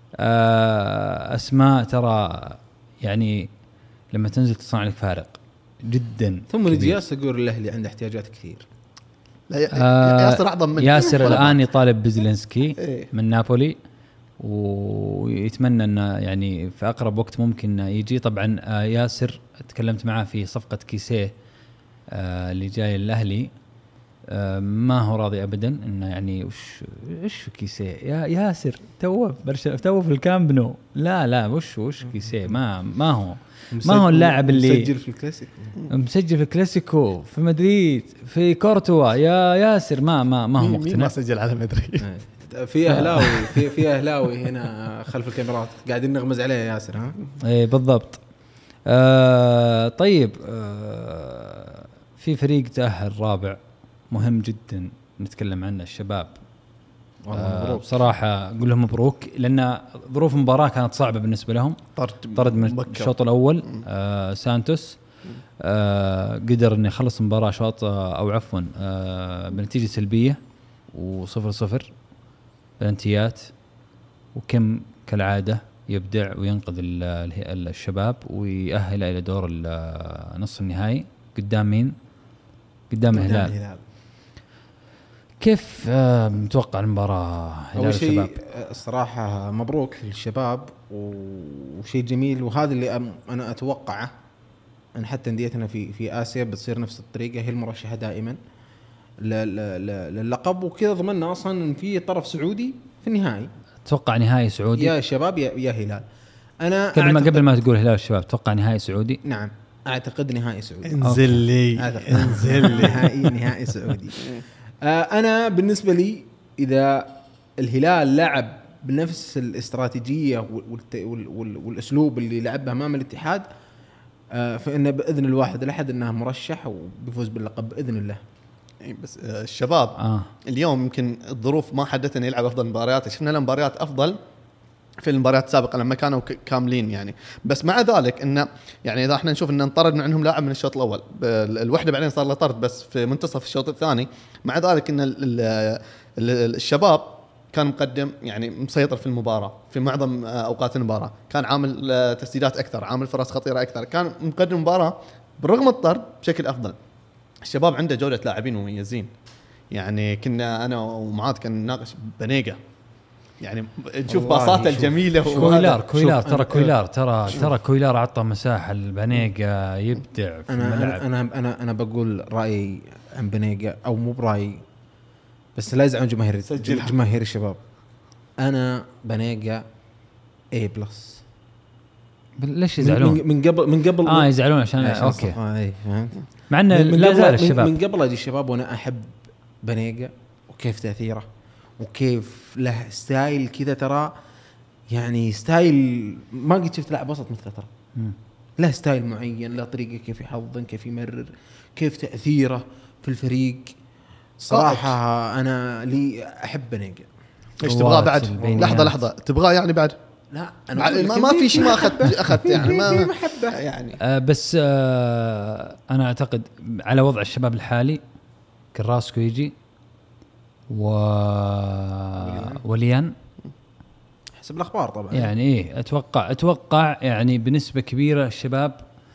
آه أسماء ترى يعني لما تنزل تصنع لك فارق. جدا. ثم نجي كبير. ياسر يقول الاهلي عنده احتياجات كثير. لا ي- آه ياسر اعظم من ياسر الان يطالب بزلنسكي إيه. من نابولي، ويتمنى انه يعني في اقرب وقت ممكن يجي. طبعا آه ياسر تكلمت معه في صفقه كيسيه آه اللي جاي الاهلي، آه ما هو راضي ابدا انه يعني وش ايش في كيسيه يا ياسر، تو تو في الكامب نو، لا لا وش وش كيسيه، ما ما هو ما هو اللاعب اللي مسجل في الكلاسيكو، مسجل في الكلاسيكو في مدريد في كورتوا. يا ياسر ما ما ما هو مين مقتنع. ما سجل على مدريد. في اهلاوي في في اهلاوي هنا خلف الكاميرات قاعدين نغمز عليه ياسر. ها ايه بالضبط. آه طيب آه في فريق تأهل رابع مهم جدا نتكلم عنه، الشباب. آه بصراحة أقول لهم مبروك، لأن ظروف المباراة كانت صعبة بالنسبة لهم. طرد طرد من مبكر. الشوط الأول آه سانتوس آه قدر أن يخلص المباراة شوط آه أو عفوا آه بنتيجة سلبية وصفر صفر بلنتيات، وكم كالعادة يبدع وينقذ ال ال الشباب ويأهل إلى دور نصف النهائي قدام مين؟ قدام الهلال. الهلال. كيف آه متوقع المباراة هلال أول شيء الشباب؟ الصراحة مبروك للشباب وشيء جميل، وهذا اللي أنا أتوقعه أن حتى أنديتنا في في آسيا بتصير نفس الطريقة، هي المرشحة دائما لللقب، وكذا ضمننا أصلا أن في طرف سعودي في النهائي. توقع نهائي سعودي يا شباب يا, يا هلال. أنا قبل ما قبل ما تقول هلال الشباب، توقع نهائي سعودي؟ نعم أعتقد نهائي سعودي. انزل لي انزل لي نهائي نهائي سعودي. آه أنا بالنسبة لي إذا الهلال لعب بنفس الاستراتيجية والأسلوب اللي لعبها أمام الاتحاد، آه فإن بإذن الواحد الأحد أنه مرشح وبيفوز باللقب بإذن الله. بس الشباب آه. اليوم يمكن الظروف ما حدتنا يلعب افضل مباريات، شفنا له مباريات افضل في المباريات السابقه لما كانوا كاملين يعني. بس مع ذلك انه يعني اذا احنا نشوف ان انطرد من عندهم لاعب من الشوط الاول، الوحده بعدين صار له طرد بس في منتصف الشوط الثاني، مع ذلك ان الشباب كان مقدم يعني مسيطر في المباراه في معظم اوقات المباراه، كان عامل تسديدات اكثر، عامل فرص خطيره اكثر، كان مقدم المباراه بالرغم الطرد بشكل افضل. الشباب عنده جودة لاعبين مميزين، يعني كنا أنا ومعاذ كنا نناقش بنيجا، يعني نشوف باصاته الجميلة. كويلار كويلار ترى كويلار ترى ترى كويلار عطى مساحة البنيجا يبدع في أنا الملعب. أنا أنا أنا بقول رأيي عن بنيجا أو مو برأيي، بس لا يزعلون جماهير جماهير الشباب. أنا بنيجا A بلس. ليش يزعلون؟ من, من قبل من قبل اه يزعلون عشان اوكي آه فهمت. مع انه لا زال الشباب من قبل اجي الشباب وانا احب بنيجا وكيف تاثيره وكيف له ستايل كذا، ترى يعني ستايل ما قد شفت لاعب وسط مثله، ترى له ستايل معين، له طريقه كيف يحضن، كيف يمرر، كيف تاثيره في الفريق. صراحه انا لي احب بنيجا. ايش تبغى بعد؟ لحظه لحظه تبغى يعني بعد؟ لا أنا ما, ما في شيء ما اخذت اخذت يعني ما محبه يعني آه بس آه انا اعتقد على وضع الشباب الحالي كراسكو يجي و وليان حسب الاخبار طبعا، يعني ايه اتوقع اتوقع يعني بنسبه كبيره الشباب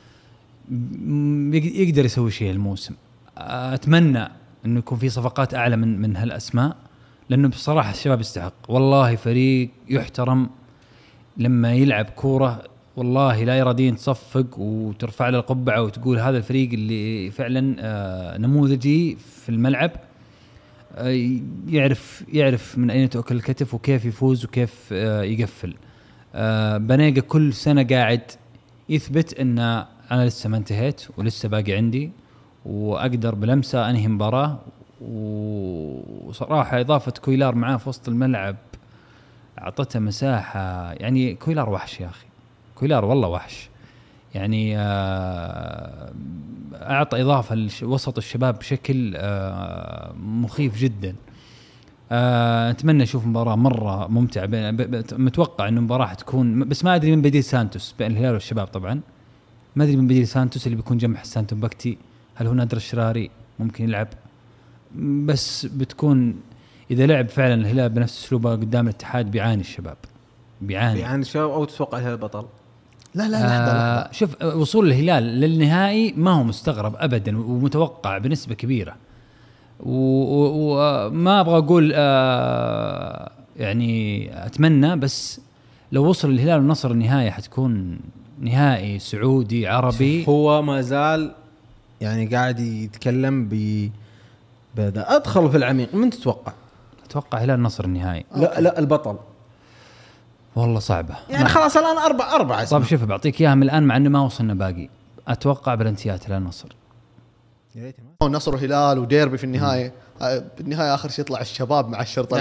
يقدر يسوي شيء الموسم. اتمنى انه يكون في صفقات اعلى من من هالاسماء، لانه بصراحه الشباب يستحق والله، فريق يحترم لما يلعب كورة والله لا يرادين تصفق وترفع له القبعة وتقول هذا الفريق اللي فعلا آه نموذجي في الملعب، آه يعرف يعرف من أين تؤكل الكتف وكيف يفوز وكيف آه يقفل. آه بنيجا كل سنة قاعد يثبت أن أنا لسه ما انتهيت ولسه باقي عندي وأقدر بلمسة أنهي مباراة. وصراحة إضافة كويلار معاه في وسط الملعب أعطته مساحة، يعني كويلار وحش يا أخي، كويلار والله وحش، يعني أعطى إضافة لوسط الشباب بشكل مخيف جدا. أتمنى أشوف مباراة مرة ممتعة، متوقع أنه مباراة تكون، بس ما أدري من بديل سانتوس بين الهلال والشباب. طبعا ما أدري من بديل سانتوس اللي بيكون جنب حسان تنبكتي، هل هو نادر الشراري ممكن يلعب، بس بتكون إذا لعب فعلا الهلال بنفس أسلوبه قدام الاتحاد بيعاني الشباب، بيعاني بيعاني الشباب. أو تتوقع الهلال بطل؟ لا لا لحظة آه لحظة. شوف وصول الهلال للنهائي ما هو مستغرب ابدا ومتوقع بنسبه كبيره، وما ابغى اقول آه يعني اتمنى، بس لو وصل الهلال والنصر النهائي حتكون نهائي سعودي عربي. هو ما زال يعني قاعد يتكلم ب بدا ادخل في العميق. من تتوقع؟ اتوقع هلال النصر النهائي. لا لا البطل والله صعبه يعني خلاص الان أربعة أربعة. طيب شوف بعطيك اياها من الان مع انه ما وصلنا باقي. اتوقع بلنتيات هلال النصر. يا ريت النصر وهلال وديربي في النهاية. بالنهاية آخر شيء يطلع الشباب مع الشرطة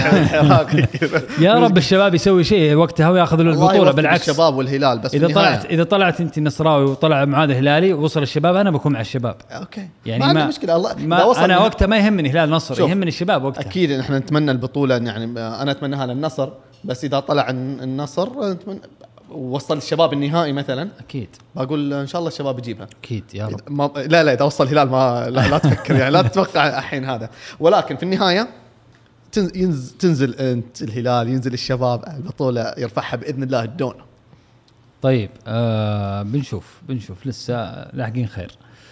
يا رب الشباب يسوي شيء وقتها وياخذ له البطولة. بالعكس الشباب والهلال بس إذا طلعت إذا طلعت أنت نصراوي وطلع معاذ هلالي ووصل الشباب أنا بكون مع الشباب. أوكي يعني ما, ما عندي مشكلة. الله ما أنا وقتها ما يهمني هلال نصر، يهمني الشباب وقتها. أكيد إحنا نتمنى البطولة يعني أنا أتمناها للنصر، بس إذا طلع النصر نتمنى ووصل الشباب النهائي مثلا اكيد بقول ان شاء الله الشباب يجيبها اكيد يا رب. ما لا لا اذا وصل الهلال ما لا, لا تفكر يعني لا تتوقع الحين هذا، ولكن في النهايه تنزل تنزل انت الهلال ينزل الشباب البطوله يرفعها باذن الله الدون. طيب آه بنشوف بنشوف لسه لاحقين خير.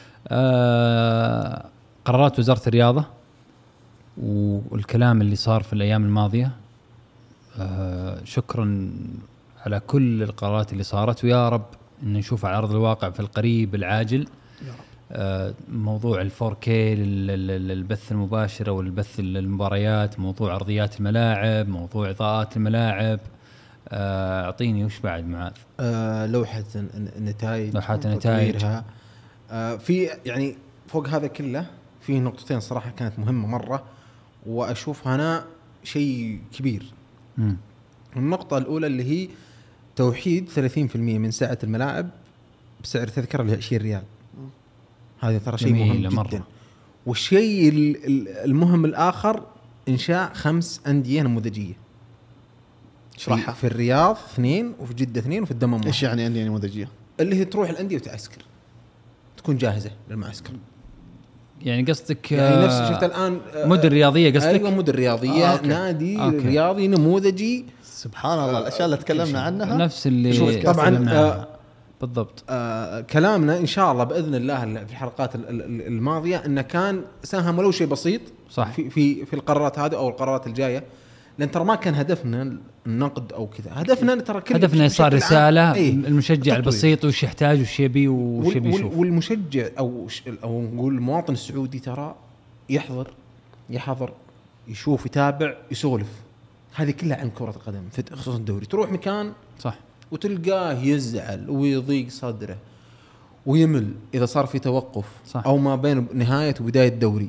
آه قرارات وزاره الرياضه والكلام اللي صار في الايام الماضيه، آه شكرا على كل القرارات اللي صارت، ويا رب إن نشوف على أرض الواقع في القريب العاجل. آه موضوع الفور كي للبث المباشر أو البث المباريات، موضوع أرضيات الملاعب، موضوع إضاءات الملاعب. آه أعطيني وش بعد معاذ؟ آه لوحة النتائج، لوحة النتائج. آه في يعني فوق هذا كله في نقطتين صراحة كانت مهمة مرة وأشوفها أنا شيء كبير. م. النقطة الأولى اللي هي توحيد ثلاثين بالمئة من سعة الملاعب بسعر تذكرة ل عشرين ريال. هذا ترى شيء مهم جدا مرة. والشيء المهم الآخر إنشاء خمس أندية نموذجية. اشرحها. في الرياض اثنين وفي جدة اثنين وفي الدمام. إيش يعني أندية نموذجية؟ اللي هي تروح الأندية وتعسكر، تكون جاهزة للمعسكر. يعني قصدك يعني نفس شفت الآن مدن رياضية قصدك؟ أيوة مدن رياضية. آه، نادي أوكي. رياضي نموذجي. سبحان الله الأشياء اللي تكلمنا عنها نفس اللي طبعا آه بالضبط. آه كلامنا إن شاء الله بإذن الله في الحلقات الماضية إنه كان ساهم ولو شيء بسيط صح في في في القرارات هذه أو القرارات الجاية، لأن ترى ما كان هدفنا النقد أو كذا، هدفنا ترى كل هدفنا صار رسالة ايه المشجع تطوير. البسيط وش يحتاج وش يبي وش يبي يشوف. والمشجع أو أو نقول المواطن السعودي ترى يحضر يحضر يشوف يتابع يسولف، هذه كلها عن كرة القدم في خصوصا الدوري. تروح مكان صح وتلقاه يزعل ويضيق صدره ويمل إذا صار في توقف صح. أو ما بين نهاية وبداية الدوري.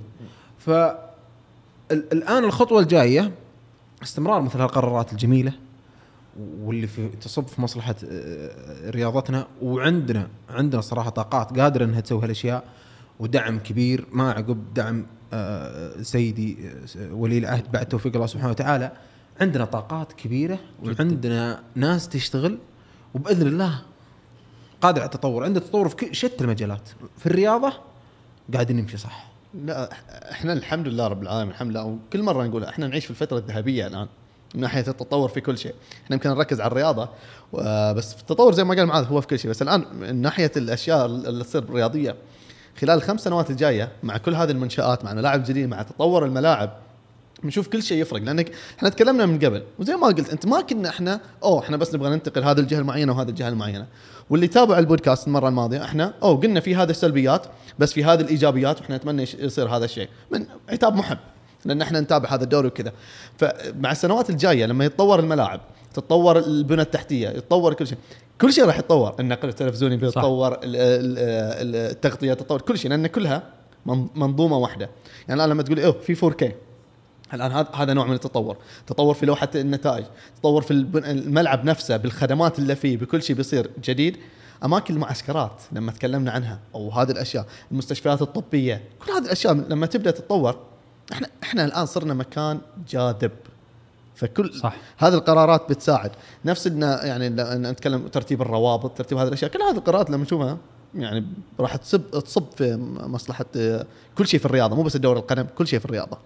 فالآن الخطوة الجاية استمرار مثل هالقرارات الجميلة واللي في تصب في مصلحة رياضتنا، وعندنا عندنا صراحة طاقات قادرة أنها تسوي هالأشياء ودعم كبير ما عقب دعم سيدي ولي العهد بعد توفيق الله سبحانه وتعالى. عندنا طاقات كبيرة وعندنا ناس تشتغل وبإذن الله قادر على التطور. عندنا تطور في شتى المجالات في الرياضة قاعدين نمشي صح. لا احنا الحمد لله رب العالمين الحمد لله، وكل مرة نقول احنا نعيش في الفترة الذهبية الآن من ناحية التطور في كل شيء. احنا يمكن نركز على الرياضة بس في التطور زي ما قال معاذ هو في كل شيء، بس الآن من ناحية الأشياء اللي تصير رياضية خلال الخمس سنوات الجاية مع كل هذه المنشآت مع ملاعب جديدة مع تطور الملاعب بنشوف كل شيء يفرق. لأنك احنا تكلمنا من قبل وزي ما قلت انت ما كنا احنا اوه احنا بس نبغى ننتقل هذا الجهة المعينة وهذا الجهة المعينة، واللي تابع البودكاست المرة الماضية احنا اوه قلنا في هذه السلبيات بس في هذه الإيجابيات واحنا نتمنى يصير هذا الشيء من عتاب محب لأن احنا نتابع هذا الدوري وكذا. فمع السنوات الجاية لما يتطور الملاعب تتطور البنى التحتية يتطور كل شيء كل شيء راح يتطور. النقل التلفزيوني بيتطور التغطية تتطور كل شيء لأن كلها منظومة واحدة. يعني الآن لما تقول اوه في فور كي الآن هذا هذا نوع من التطور، تطور في لوحة النتائج، تطور في الملعب نفسه بالخدمات اللي فيه بكل شيء بيصير جديد. أماكن المعسكرات لما تكلمنا عنها أو هذه الأشياء، المستشفيات الطبية، كل هذه الأشياء لما تبدأ تتطور إحنا إحنا الآن صرنا مكان جاذب. فكل صح. هذه القرارات بتساعد نفس إننا يعني نتكلم ترتيب الروابط ترتيب هذه الأشياء، كل هذه القرارات لما نشوفها يعني راح تصب تصب في مصلحة كل شيء في الرياضة مو بس الدوري القدم كل شيء في الرياضة.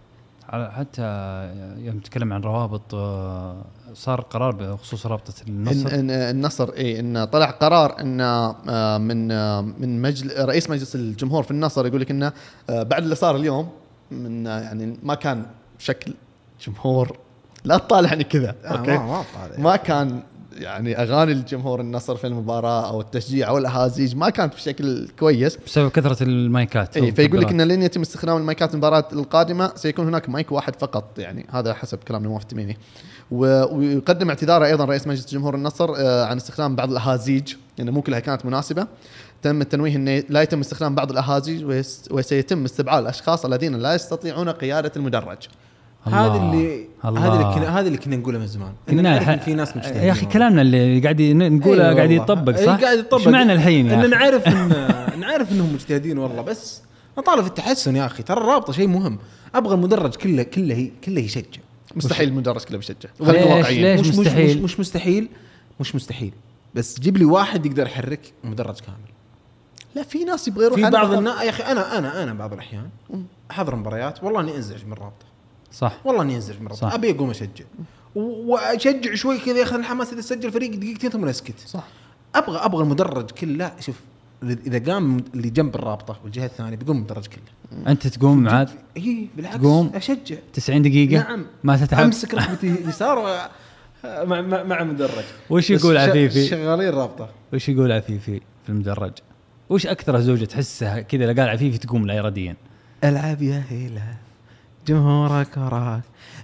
حتى يوم نتكلم عن روابط صار قرار بخصوص رابطة النصر. إن إن النصر إيه إن طلع قرار إن من من مجلس رئيس مجلس الجمهور في النصر يقول لك إنه بعد اللي صار اليوم من يعني ما كان بشكل جمهور لا تطالعني كذا آه أوكي ما, ما, ما كان يعني أغاني الجمهور النصر في المباراة أو التشجيع أو الأهازيج ما كانت بشكل كويس بسبب كثرة المايكات. إيه فيقول لك إن لين يتم استخدام المايكات المباراة القادمة سيكون هناك مايك واحد فقط يعني هذا حسب كلام نواف التميمي. ويقدم اعتذاره أيضا رئيس مجلس جمهور النصر عن استخدام بعض الأهازيج لأنه مو كلها كانت مناسبة. تم التنويه أنه لا يتم استخدام بعض الأهازيج وسيتم استبعاد الأشخاص الذين لا يستطيعون قيادة المدرج. هذا اللي هذا اللي كنا هذا اللي كنا نقوله من زمان كنا في ناس مجتهدين يا اخي كلامنا اللي قاعد نقوله أيوة قاعد يطبق صح قاعد يطبق ايش معنى الحين ان نعرف ان نعرف انهم مجتهدين والله بس نطالب في التحسن يا اخي ترى الرابطه شيء مهم ابغى المدرج كله كله كله يشجع مستحيل المدرج كله بيشجع غير واقعيين مش مستحيل مش, مش مستحيل مش مستحيل بس جيب لي واحد يقدر يحرك مدرج كامل. لا في ناس يبغى يروح في بعض الناس يا اخي انا انا انا بعض الاحيان احضر مباريات والله اني انزعج من الرابطه صح والله اني انزعج من الرابطه ابي اقوم اشجع واشجع شوي كذا ياخذ الحماس اذا سجل فريق دقيقتين ثم اسكت صح ابغى ابغى المدرج كله شوف اذا قام اللي جنب الرابطه والجهه الثانيه بيقوم المدرج كله انت تقوم معاد اي بالعكس تقوم اشجع تسعين دقيقه نعم ما تتعب امسك ركبتي يسار مع مع, مع مدرج. وش يقول عفيفي شغالين الرابطه وش يقول عفيفي في المدرج وش اكثر زوجة تحسها كذا لا قال عفيفي تقوم لا اراديا العب يا هلال جمهورك وراك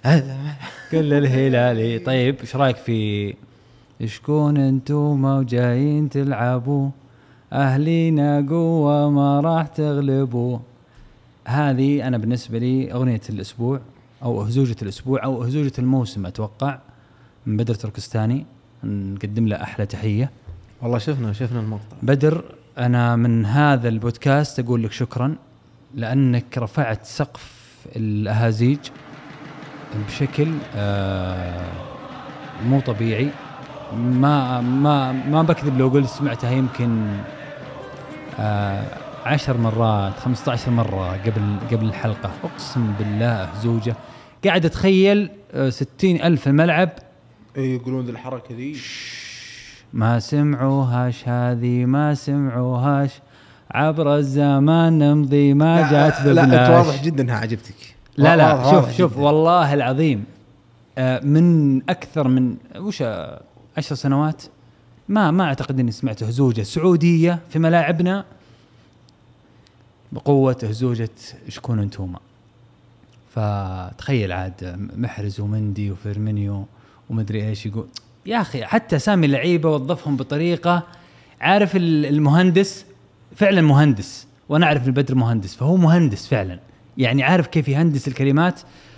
كل الهلالي. طيب ايش رايك في شكون انتم وجايين تلعبوا اهلينا قوه ما راح تغلبوا؟ هذه انا بالنسبه لي اغنيه الاسبوع او اهزوجه الاسبوع او اهزوجه الموسم اتوقع من بدر تركستاني نقدم له احلى تحيه. والله شفنا شفنا المقطع بدر انا من هذا البودكاست اقول لك شكرا لانك رفعت سقف الأهازيج بشكل آه مو طبيعي. ما ما ما بكذب لو قلت سمعتها يمكن آه عشر مرات خمسة عشر مرة قبل قبل الحلقة أقسم بالله زوجة قاعد أتخيل آه ستين ألف الملعب يقولون ذي الحركة ذي ما سمعوهاش هذه ما سمعوهاش عبر الزمان نمضي ما جات ببلاش. لا واضح جدا انها عجبتك. لا لا شوف شوف والله العظيم من أكثر من وش عشر سنوات ما ما أعتقد إني سمعت هزوجة سعودية في ملاعبنا بقوة هزوجة شكون أنتوما. فتخيل عاد محرز ومندي وفيرمينيو ومدري إيش يقول يا أخي حتى سامي اللعيبة وظفهم بطريقة عارف المهندس فعلا مهندس وأنا أعرف البدر مهندس فهو مهندس فعلا يعني عارف كيف يهندس الكلمات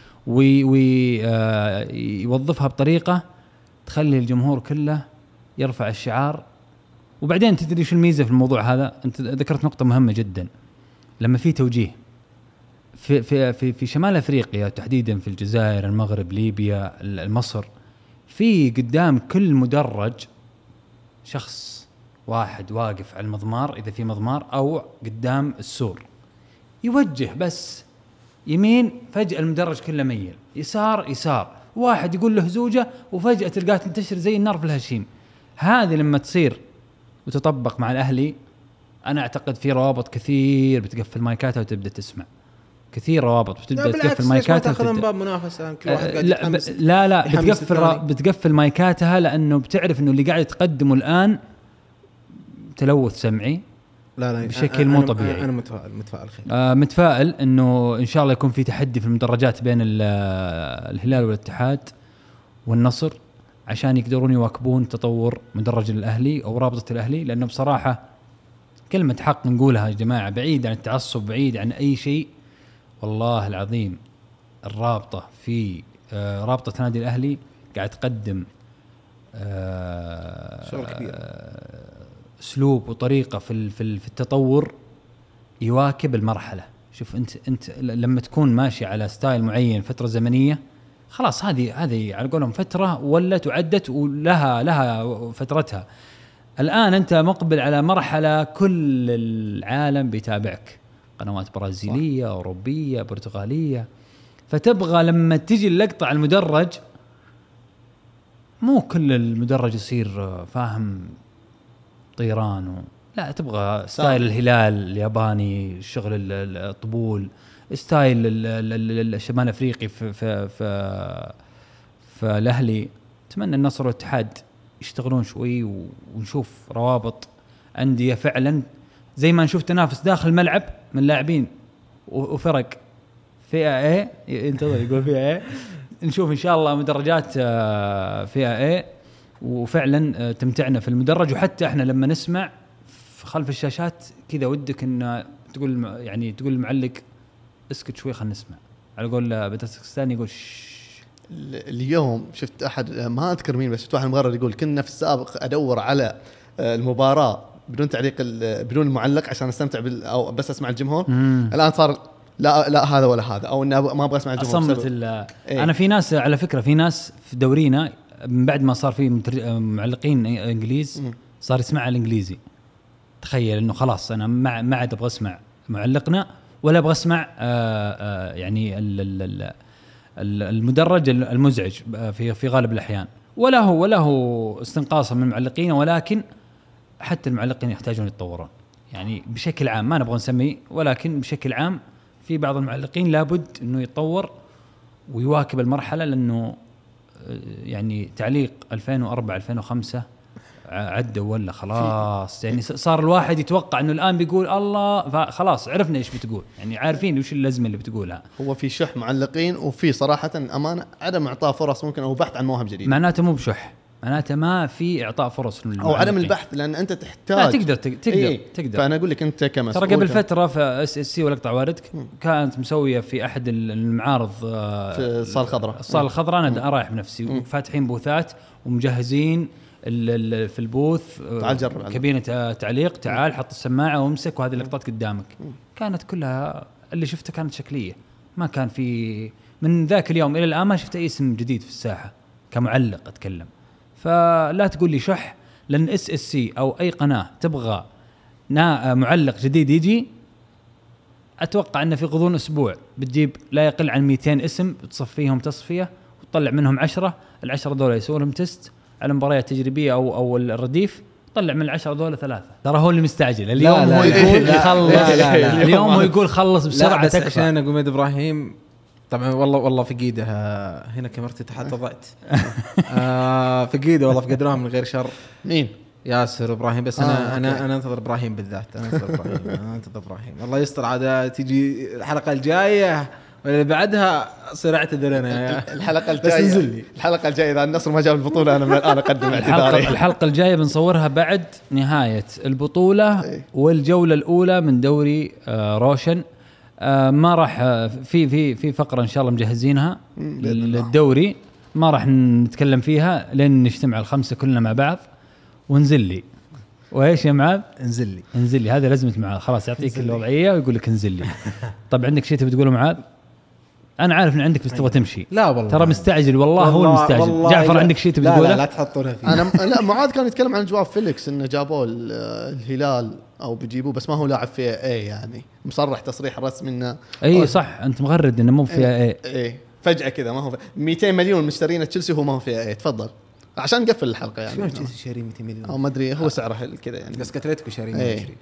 ويوظفها بطريقة تخلي الجمهور كله يرفع الشعار. وبعدين تدري شو الميزة في الموضوع هذا؟ أنت ذكرت نقطة مهمة جدا لما في توجيه في في في, في شمال أفريقيا تحديدا في الجزائر المغرب ليبيا مصر في قدام كل مدرج شخص واحد واقف على المضمار إذا في مضمار أو قدام السور يوجه بس يمين فجأة المدرج كله ميل يسار يسار واحد يقول له زوجة وفجأة تلقاه تنتشر زي النار في الهشيم. هذه لما تصير وتطبق مع الأهلي أنا أعتقد في روابط كثير بتقفل مايكاتها وتبدأ تسمع كثير روابط بتبدأ تقفل مايكاتها تاخذ باب منافسة كل واحد قاعد لا, ب... لا لا بتقفل بتقفل مايكاتها لأنه بتعرف إنه اللي قاعد تقدمه الآن تلوث سمعي لا لا بشكل مو طبيعي. أنا متفائل متفائل خير آه متفائل إنه إن شاء الله يكون في تحدي في المدرجات بين الهلال والاتحاد والنصر عشان يقدرون يواكبون تطور مدرج الأهلي أو رابطة الأهلي لأنه بصراحة كلمة حق نقولها يا جماعة بعيد عن التعصب بعيد عن أي شيء والله العظيم الرابطة في آه رابطة نادي الأهلي قاعد تقدم آه شغل كبير آه اسلوب وطريقه في في في التطور يواكب المرحله. شوف انت انت لما تكون ماشي على ستايل معين فتره زمنيه خلاص هذه هذه على قولهم فتره ولا تعدت ولها لها فترتها. الان انت مقبل على مرحله كل العالم بيتابعك قنوات برازيليه صح. اوروبيه برتغاليه فتبغى لما تجي اللقطة على المدرج مو كل المدرج يصير فاهم طيران و... لا تبغى ستايل الهلال الياباني، شغل الطبول، ستايل الشمال افريقي في في في, في الاهلي. اتمنى النصر والاتحاد يشتغلون شوي ونشوف روابط أندية فعلا زي ما نشوف تنافس داخل الملعب من لاعبين وفرق فئة ايه ينتظر يقول فئة ايه، نشوف ان شاء الله مدرجات فئة ايه وفعلا تمتعنا في المدرج. وحتى احنا لما نسمع خلف الشاشات كذا ودك ان تقول يعني تقول المعلق اسكت شوي خلينا نسمع، على قول بتسكستان يقول شش. اليوم شفت احد ما اذكر مين بس شفت واحد مغرد يقول كنا في السابق ادور على المباراة بدون تعليق بدون المعلق عشان استمتع بال او بس اسمع الجمهور. مم. الان صار لا لا هذا ولا هذا، او انه ما ابغى اسمع الجمهور. إيه؟ انا في ناس على فكره في ناس في دورينا من بعد ما صار في معلقين انجليز صار يسمع الانجليزي. تخيل انه خلاص انا ما ما عاد ابغى اسمع معلقنا ولا ابغى اسمع آآ آآ يعني ال ال ال المدرج المزعج في في غالب الاحيان، ولا هو ولا هو استنقاصا من المعلقين، ولكن حتى المعلقين يحتاجون يتطورون يعني بشكل عام. ما نبغى نسمي، ولكن بشكل عام في بعض المعلقين لابد انه يتطور ويواكب المرحله، لانه يعني تعليق ألفين وأربعة ألفين وخمسة عدى ولا خلاص يعني صار الواحد يتوقع انه الان بيقول الله خلاص عرفنا ايش بتقول، يعني عارفين وش اللازمه اللي بتقولها. هو في شح معلقين وفي صراحه امانه عدم اعطاء فرص ممكن او بحث عن مواهب جديده. معناته مو بشح، معناته ما في اعطاء فرص او عدم البحث، لان انت تحتاج لا تقدر تقدر إيه؟ تقدر. فانا اقول لك انت كمسؤول ترى قبل فتره في اس اس سي ولا اقطع واردك كانت مسويه في احد المعارض في الصاله الخضراء الصاله الخضراء انا رايح بنفسي وفاتحين بوثات ومجهزين في البوث كابينة تعليق، تعال حط السماعة وامسك وهذه اللقطات قدامك. كانت كلها اللي شفتها كانت شكلية، ما كان في من ذاك اليوم إلى الآن ما شفت أي اسم جديد في الساحة كمعلق أتكلم. فلا تقول لي شح، لأن اس اس سي أو أي قناة تبغى معلق جديد يجي أتوقع أن في غضون أسبوع بتجيب لا يقل عن مئتين اسم، بتصفيهم تصفية وتطلع منهم عشرة. العشرة دولة يسوون لهم تست على مباريات تجريبيه او او الرديف، طلع من العشرة دول ثلاثه. ترى هو اللي مستعجل اليوم، لا لا هو يقول لا خلص لا لا لا اليوم هو يقول خلص بسرعه تكفى. عشان اقول مد ابراهيم طبعا والله والله في قيده هنا كاميرتي تحت ضعت آه في قيده والله في قدرها من غير شر. مين؟ ياسر ابراهيم. بس انا آه انا انا انتظر ابراهيم بالذات، انا انتظر ابراهيم انا انتظر ابراهيم الله يستر عاد تيجي الحلقه الجايه واللي بعدها صير اعتذر انا الحلقه الجايه. الحلقه الجايه اذا النصر ما جاب البطوله انا من الان اقدم اعتذاري. الحلقه الجايه بنصورها بعد نهايه البطوله والجوله الاولى من دوري روشن. ما راح في في في فقره ان شاء الله مجهزينها للدوري، ما راح نتكلم فيها لين نجتمع الخمسه كلنا مع بعض وننزل لي. وايش يا معاذ؟ انزل لي انزل لي هذا لازمه معاذ، خلاص يعطيك الوضعيه ويقول لك انزل لي. طب عندك شيء تبي تقوله معاذ؟ انا عارف ان عندك بس تبغى تمشي. لا والله ترى مستعجل والله, والله هو مستعجل. والله جعفر عندك شيء تبي تقوله؟ لا لا تحطونه فيه. انا لا معاذ كان يتكلم عن جواب فيليكس انه جابوا الهلال او بيجيبوه بس ما هو لاعب فيها ايه، يعني مصرح تصريح رسمي انه اي صح انت مغرد انه مو فيها ايه. ايه فجاه كذا ما هو مئتين مليون مشترين تشيلسي هو ما هو فيها ايه. تفضل عشان نقفل الحلقه يعني. شلون تشيلسي شاري مئتين مليون او ما ادري هو سعره كذا يعني، بس كتلتكو شاري مئتين مليون.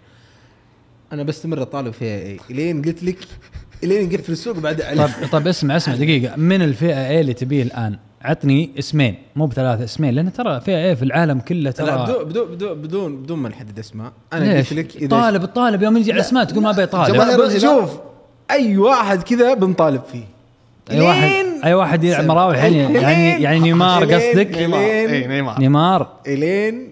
انا بستمر اطالب فيها ايه لين قلت لك لين نقفل السوق بعد. طب طب اسمع اسمع دقيقه، من الفئه ايه اللي تبيه الان عطني اسمين مو بثلاثه اسمين، لان ترى فئه ايه في العالم كله ترى. لا بدون بدون بدون بدون ما نحدد اسماء. انا قلت لك اذا طالب الطالب يوم يجي على اسماء تقول ما بيطالب. شوف اي واحد كذا بنطالب فيه. اي واحد اي واحد يلعب مراوح يعني يعني يعني نيمار قصدك؟ نيمار نيمار نيمار الين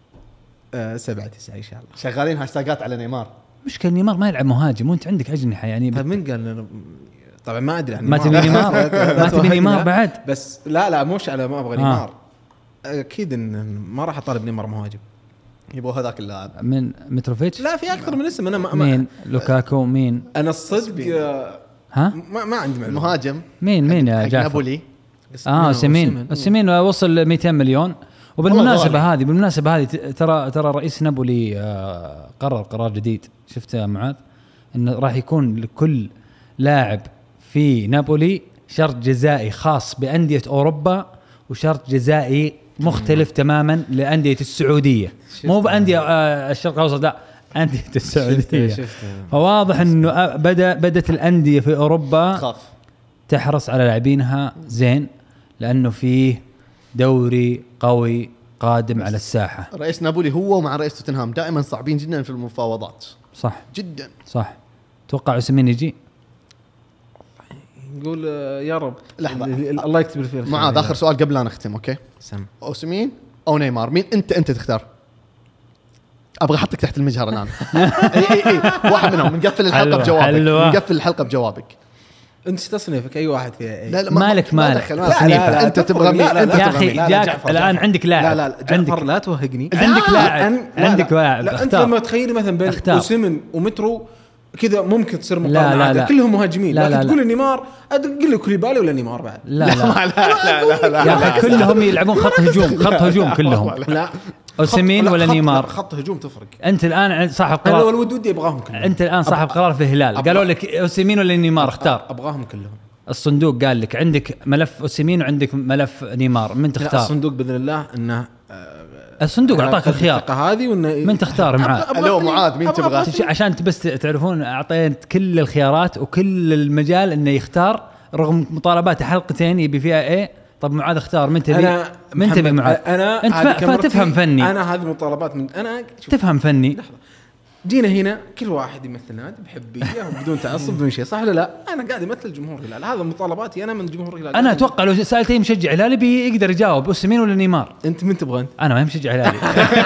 آه سبعة تسعة ان شاء الله. شغالين هاشتاجات على نيمار. مشكلة نيمار ما يلعب مهاجم وانت عندك أجنحة يعني. طيب من قال؟ طبعا ما أدري عن ما تبي نيمار ما تبي نيمار بعد. بس لا لا موش على ما أبغى نيمار. أكيد إن ما راح أطالب نيمار مهاجم. يبغى هذاك اللاعب من متروفيتش. لا في أكثر من اسم. أنا ما مين لوكاكو مين؟ أنا الصدق ها ما ما عندي معلومة. مهاجم مين مين يا جعفر؟ نابولي. آه سمين السمين وصل مئتين مليون. وبالمناسبة هذه بالمناسبة هذه ترى ترى رئيس نابولي آه قرر قرار جديد شفته يا معاذ، إنه راح يكون لكل لاعب في نابولي شرط جزائي خاص بأندية أوروبا وشرط جزائي مختلف تماما لأندية السعودية، مو بأندية آه الشرق الأوسط، لا أندية السعودية. فواضح إنه بدأ بدأت الأندية في أوروبا خاف تحرص على لاعبينها زين، لأنه فيه دوري قوي قادم على الساحة. رئيس نابولي هو مع رئيس توتنهام دائما صعبين جدا في المفاوضات. صح جدا صح. توقع عثمين يجي؟ نقول يا رب. لحظة. الله يكتب الخير. معاذ آخر سؤال قبل لا نختم. أوكي سم. أوسمين أو نيمار، مين أنت أنت تختار؟ أبغى أحطك تحت المجهر الآن. إي إي إي واحد منهم. نقفل الحلقة بجوابك. نقفل الحلقة بجوابك. أنت تصنيفك أي واحد فيها. لا لا مالك مالك تصنيفك. أنت تبغى مين؟ يا أخي جاك الآن عندك لاعب. لا لا عندك لا توهقني. عندك لاعب عندك لاعب. لا أنت لما تخيلي مثلا بين أوسمين ومترو كذا ممكن تصير مقارنة. لا لا لا. كلهم مهاجمين. لا لكن لا تقول لا. نيمار أقول لك كوليبالي ولا نيمار بعد. لا لا لا لا لا. يا أخي كلهم يلعبون خط هجوم خط هجوم كلهم. لا أوسمين ولا نيمار؟ خط هجوم تفرق. أنت الآن صاحب قرار. قرار. الود ودي أبغاهم كلهم. أنت الآن صاحب قرار في الهلال. قالوا لك أوسمين ولا نيمار اختار. أبغاهم كلهم. الصندوق قال لك عندك ملف أوسمين وعندك ملف نيمار، من تختار؟ الصندوق بإذن الله إنه الصندوق أعطاك الخيار هذه وإنه من تختار معاه. لو معاذ مين تبغى؟ عشان بس تعرفون أعطيت كل الخيارات وكل المجال إنه يختار رغم مطالبات حلقتين يبي فيها إيه. طب معاذ اختار من تبي من تبي معاذ. أنا أنت فتفهم فني. أنا هذه المطالبات من أنا تفهم فني. لحظة. جينا هنا كل واحد يمثل نادي بحبيه بدون تعصب بدون شيء، صح ولا لا؟ انا قاعد امثل جمهور الهلال، هذا مطالباتي انا من جمهور الهلال. انا اتوقع لو سالت اي مشجع هلالي بيقدر يجاوب أوسمين ولا نيمار. انت من تبغى؟ انا ما مشجع هلالي.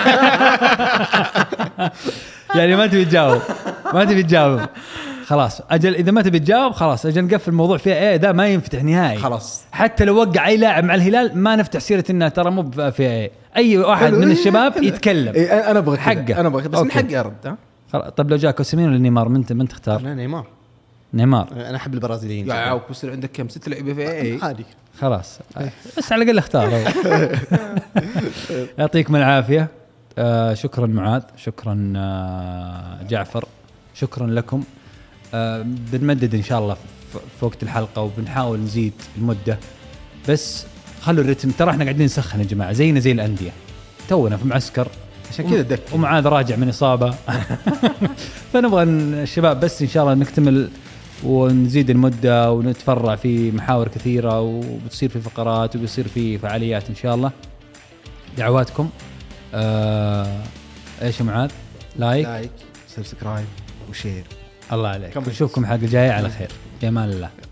يعني ما تبي تجاوب ما تبي تجاوب خلاص اجل. اذا ما تبي تجاوب خلاص اجل نقفل الموضوع فيها ايه ده ما ينفتح نهائي خلاص. حتى لو وقع اي لاعب مع الهلال ما نفتح سيره انه ترى مو فيها ايه. اي واحد من الشباب يتكلم إيه انا ابغى حقه. انا ابغى بس من حقي ارد. ها طب لو جاك أوسمين ولا نيمار من من تختار؟ لا نيمار. نيمار. انا احب البرازيليين. يا عاوك بصير عندك كم ست لعيبه في ايه عادي خلاص بس على الاقل اختار. يعطيكم العافيه. آه شكرا معاذ، شكرا آه جعفر، شكرا لكم. آه بنمدد ان شاء الله في وقت الحلقه وبنحاول نزيد المده، بس خلوا الرتم. ترى احنا قاعدين نسخن يا جماعه زينا زي الانديه، تونا في معسكر عشان كذا دك ومعاذ راجع من إصابة. فنبغى الشباب بس إن شاء الله نكتمل ونزيد المدة ونتفرع في محاور كثيرة وبتصير في فقرات وبيصير في فعاليات إن شاء الله. دعواتكم. آه إيش معاذ؟ لايك لايك سبسكرايب وشير. الله عليك. نشوفكم حلقة جاية على خير. في أمان الله.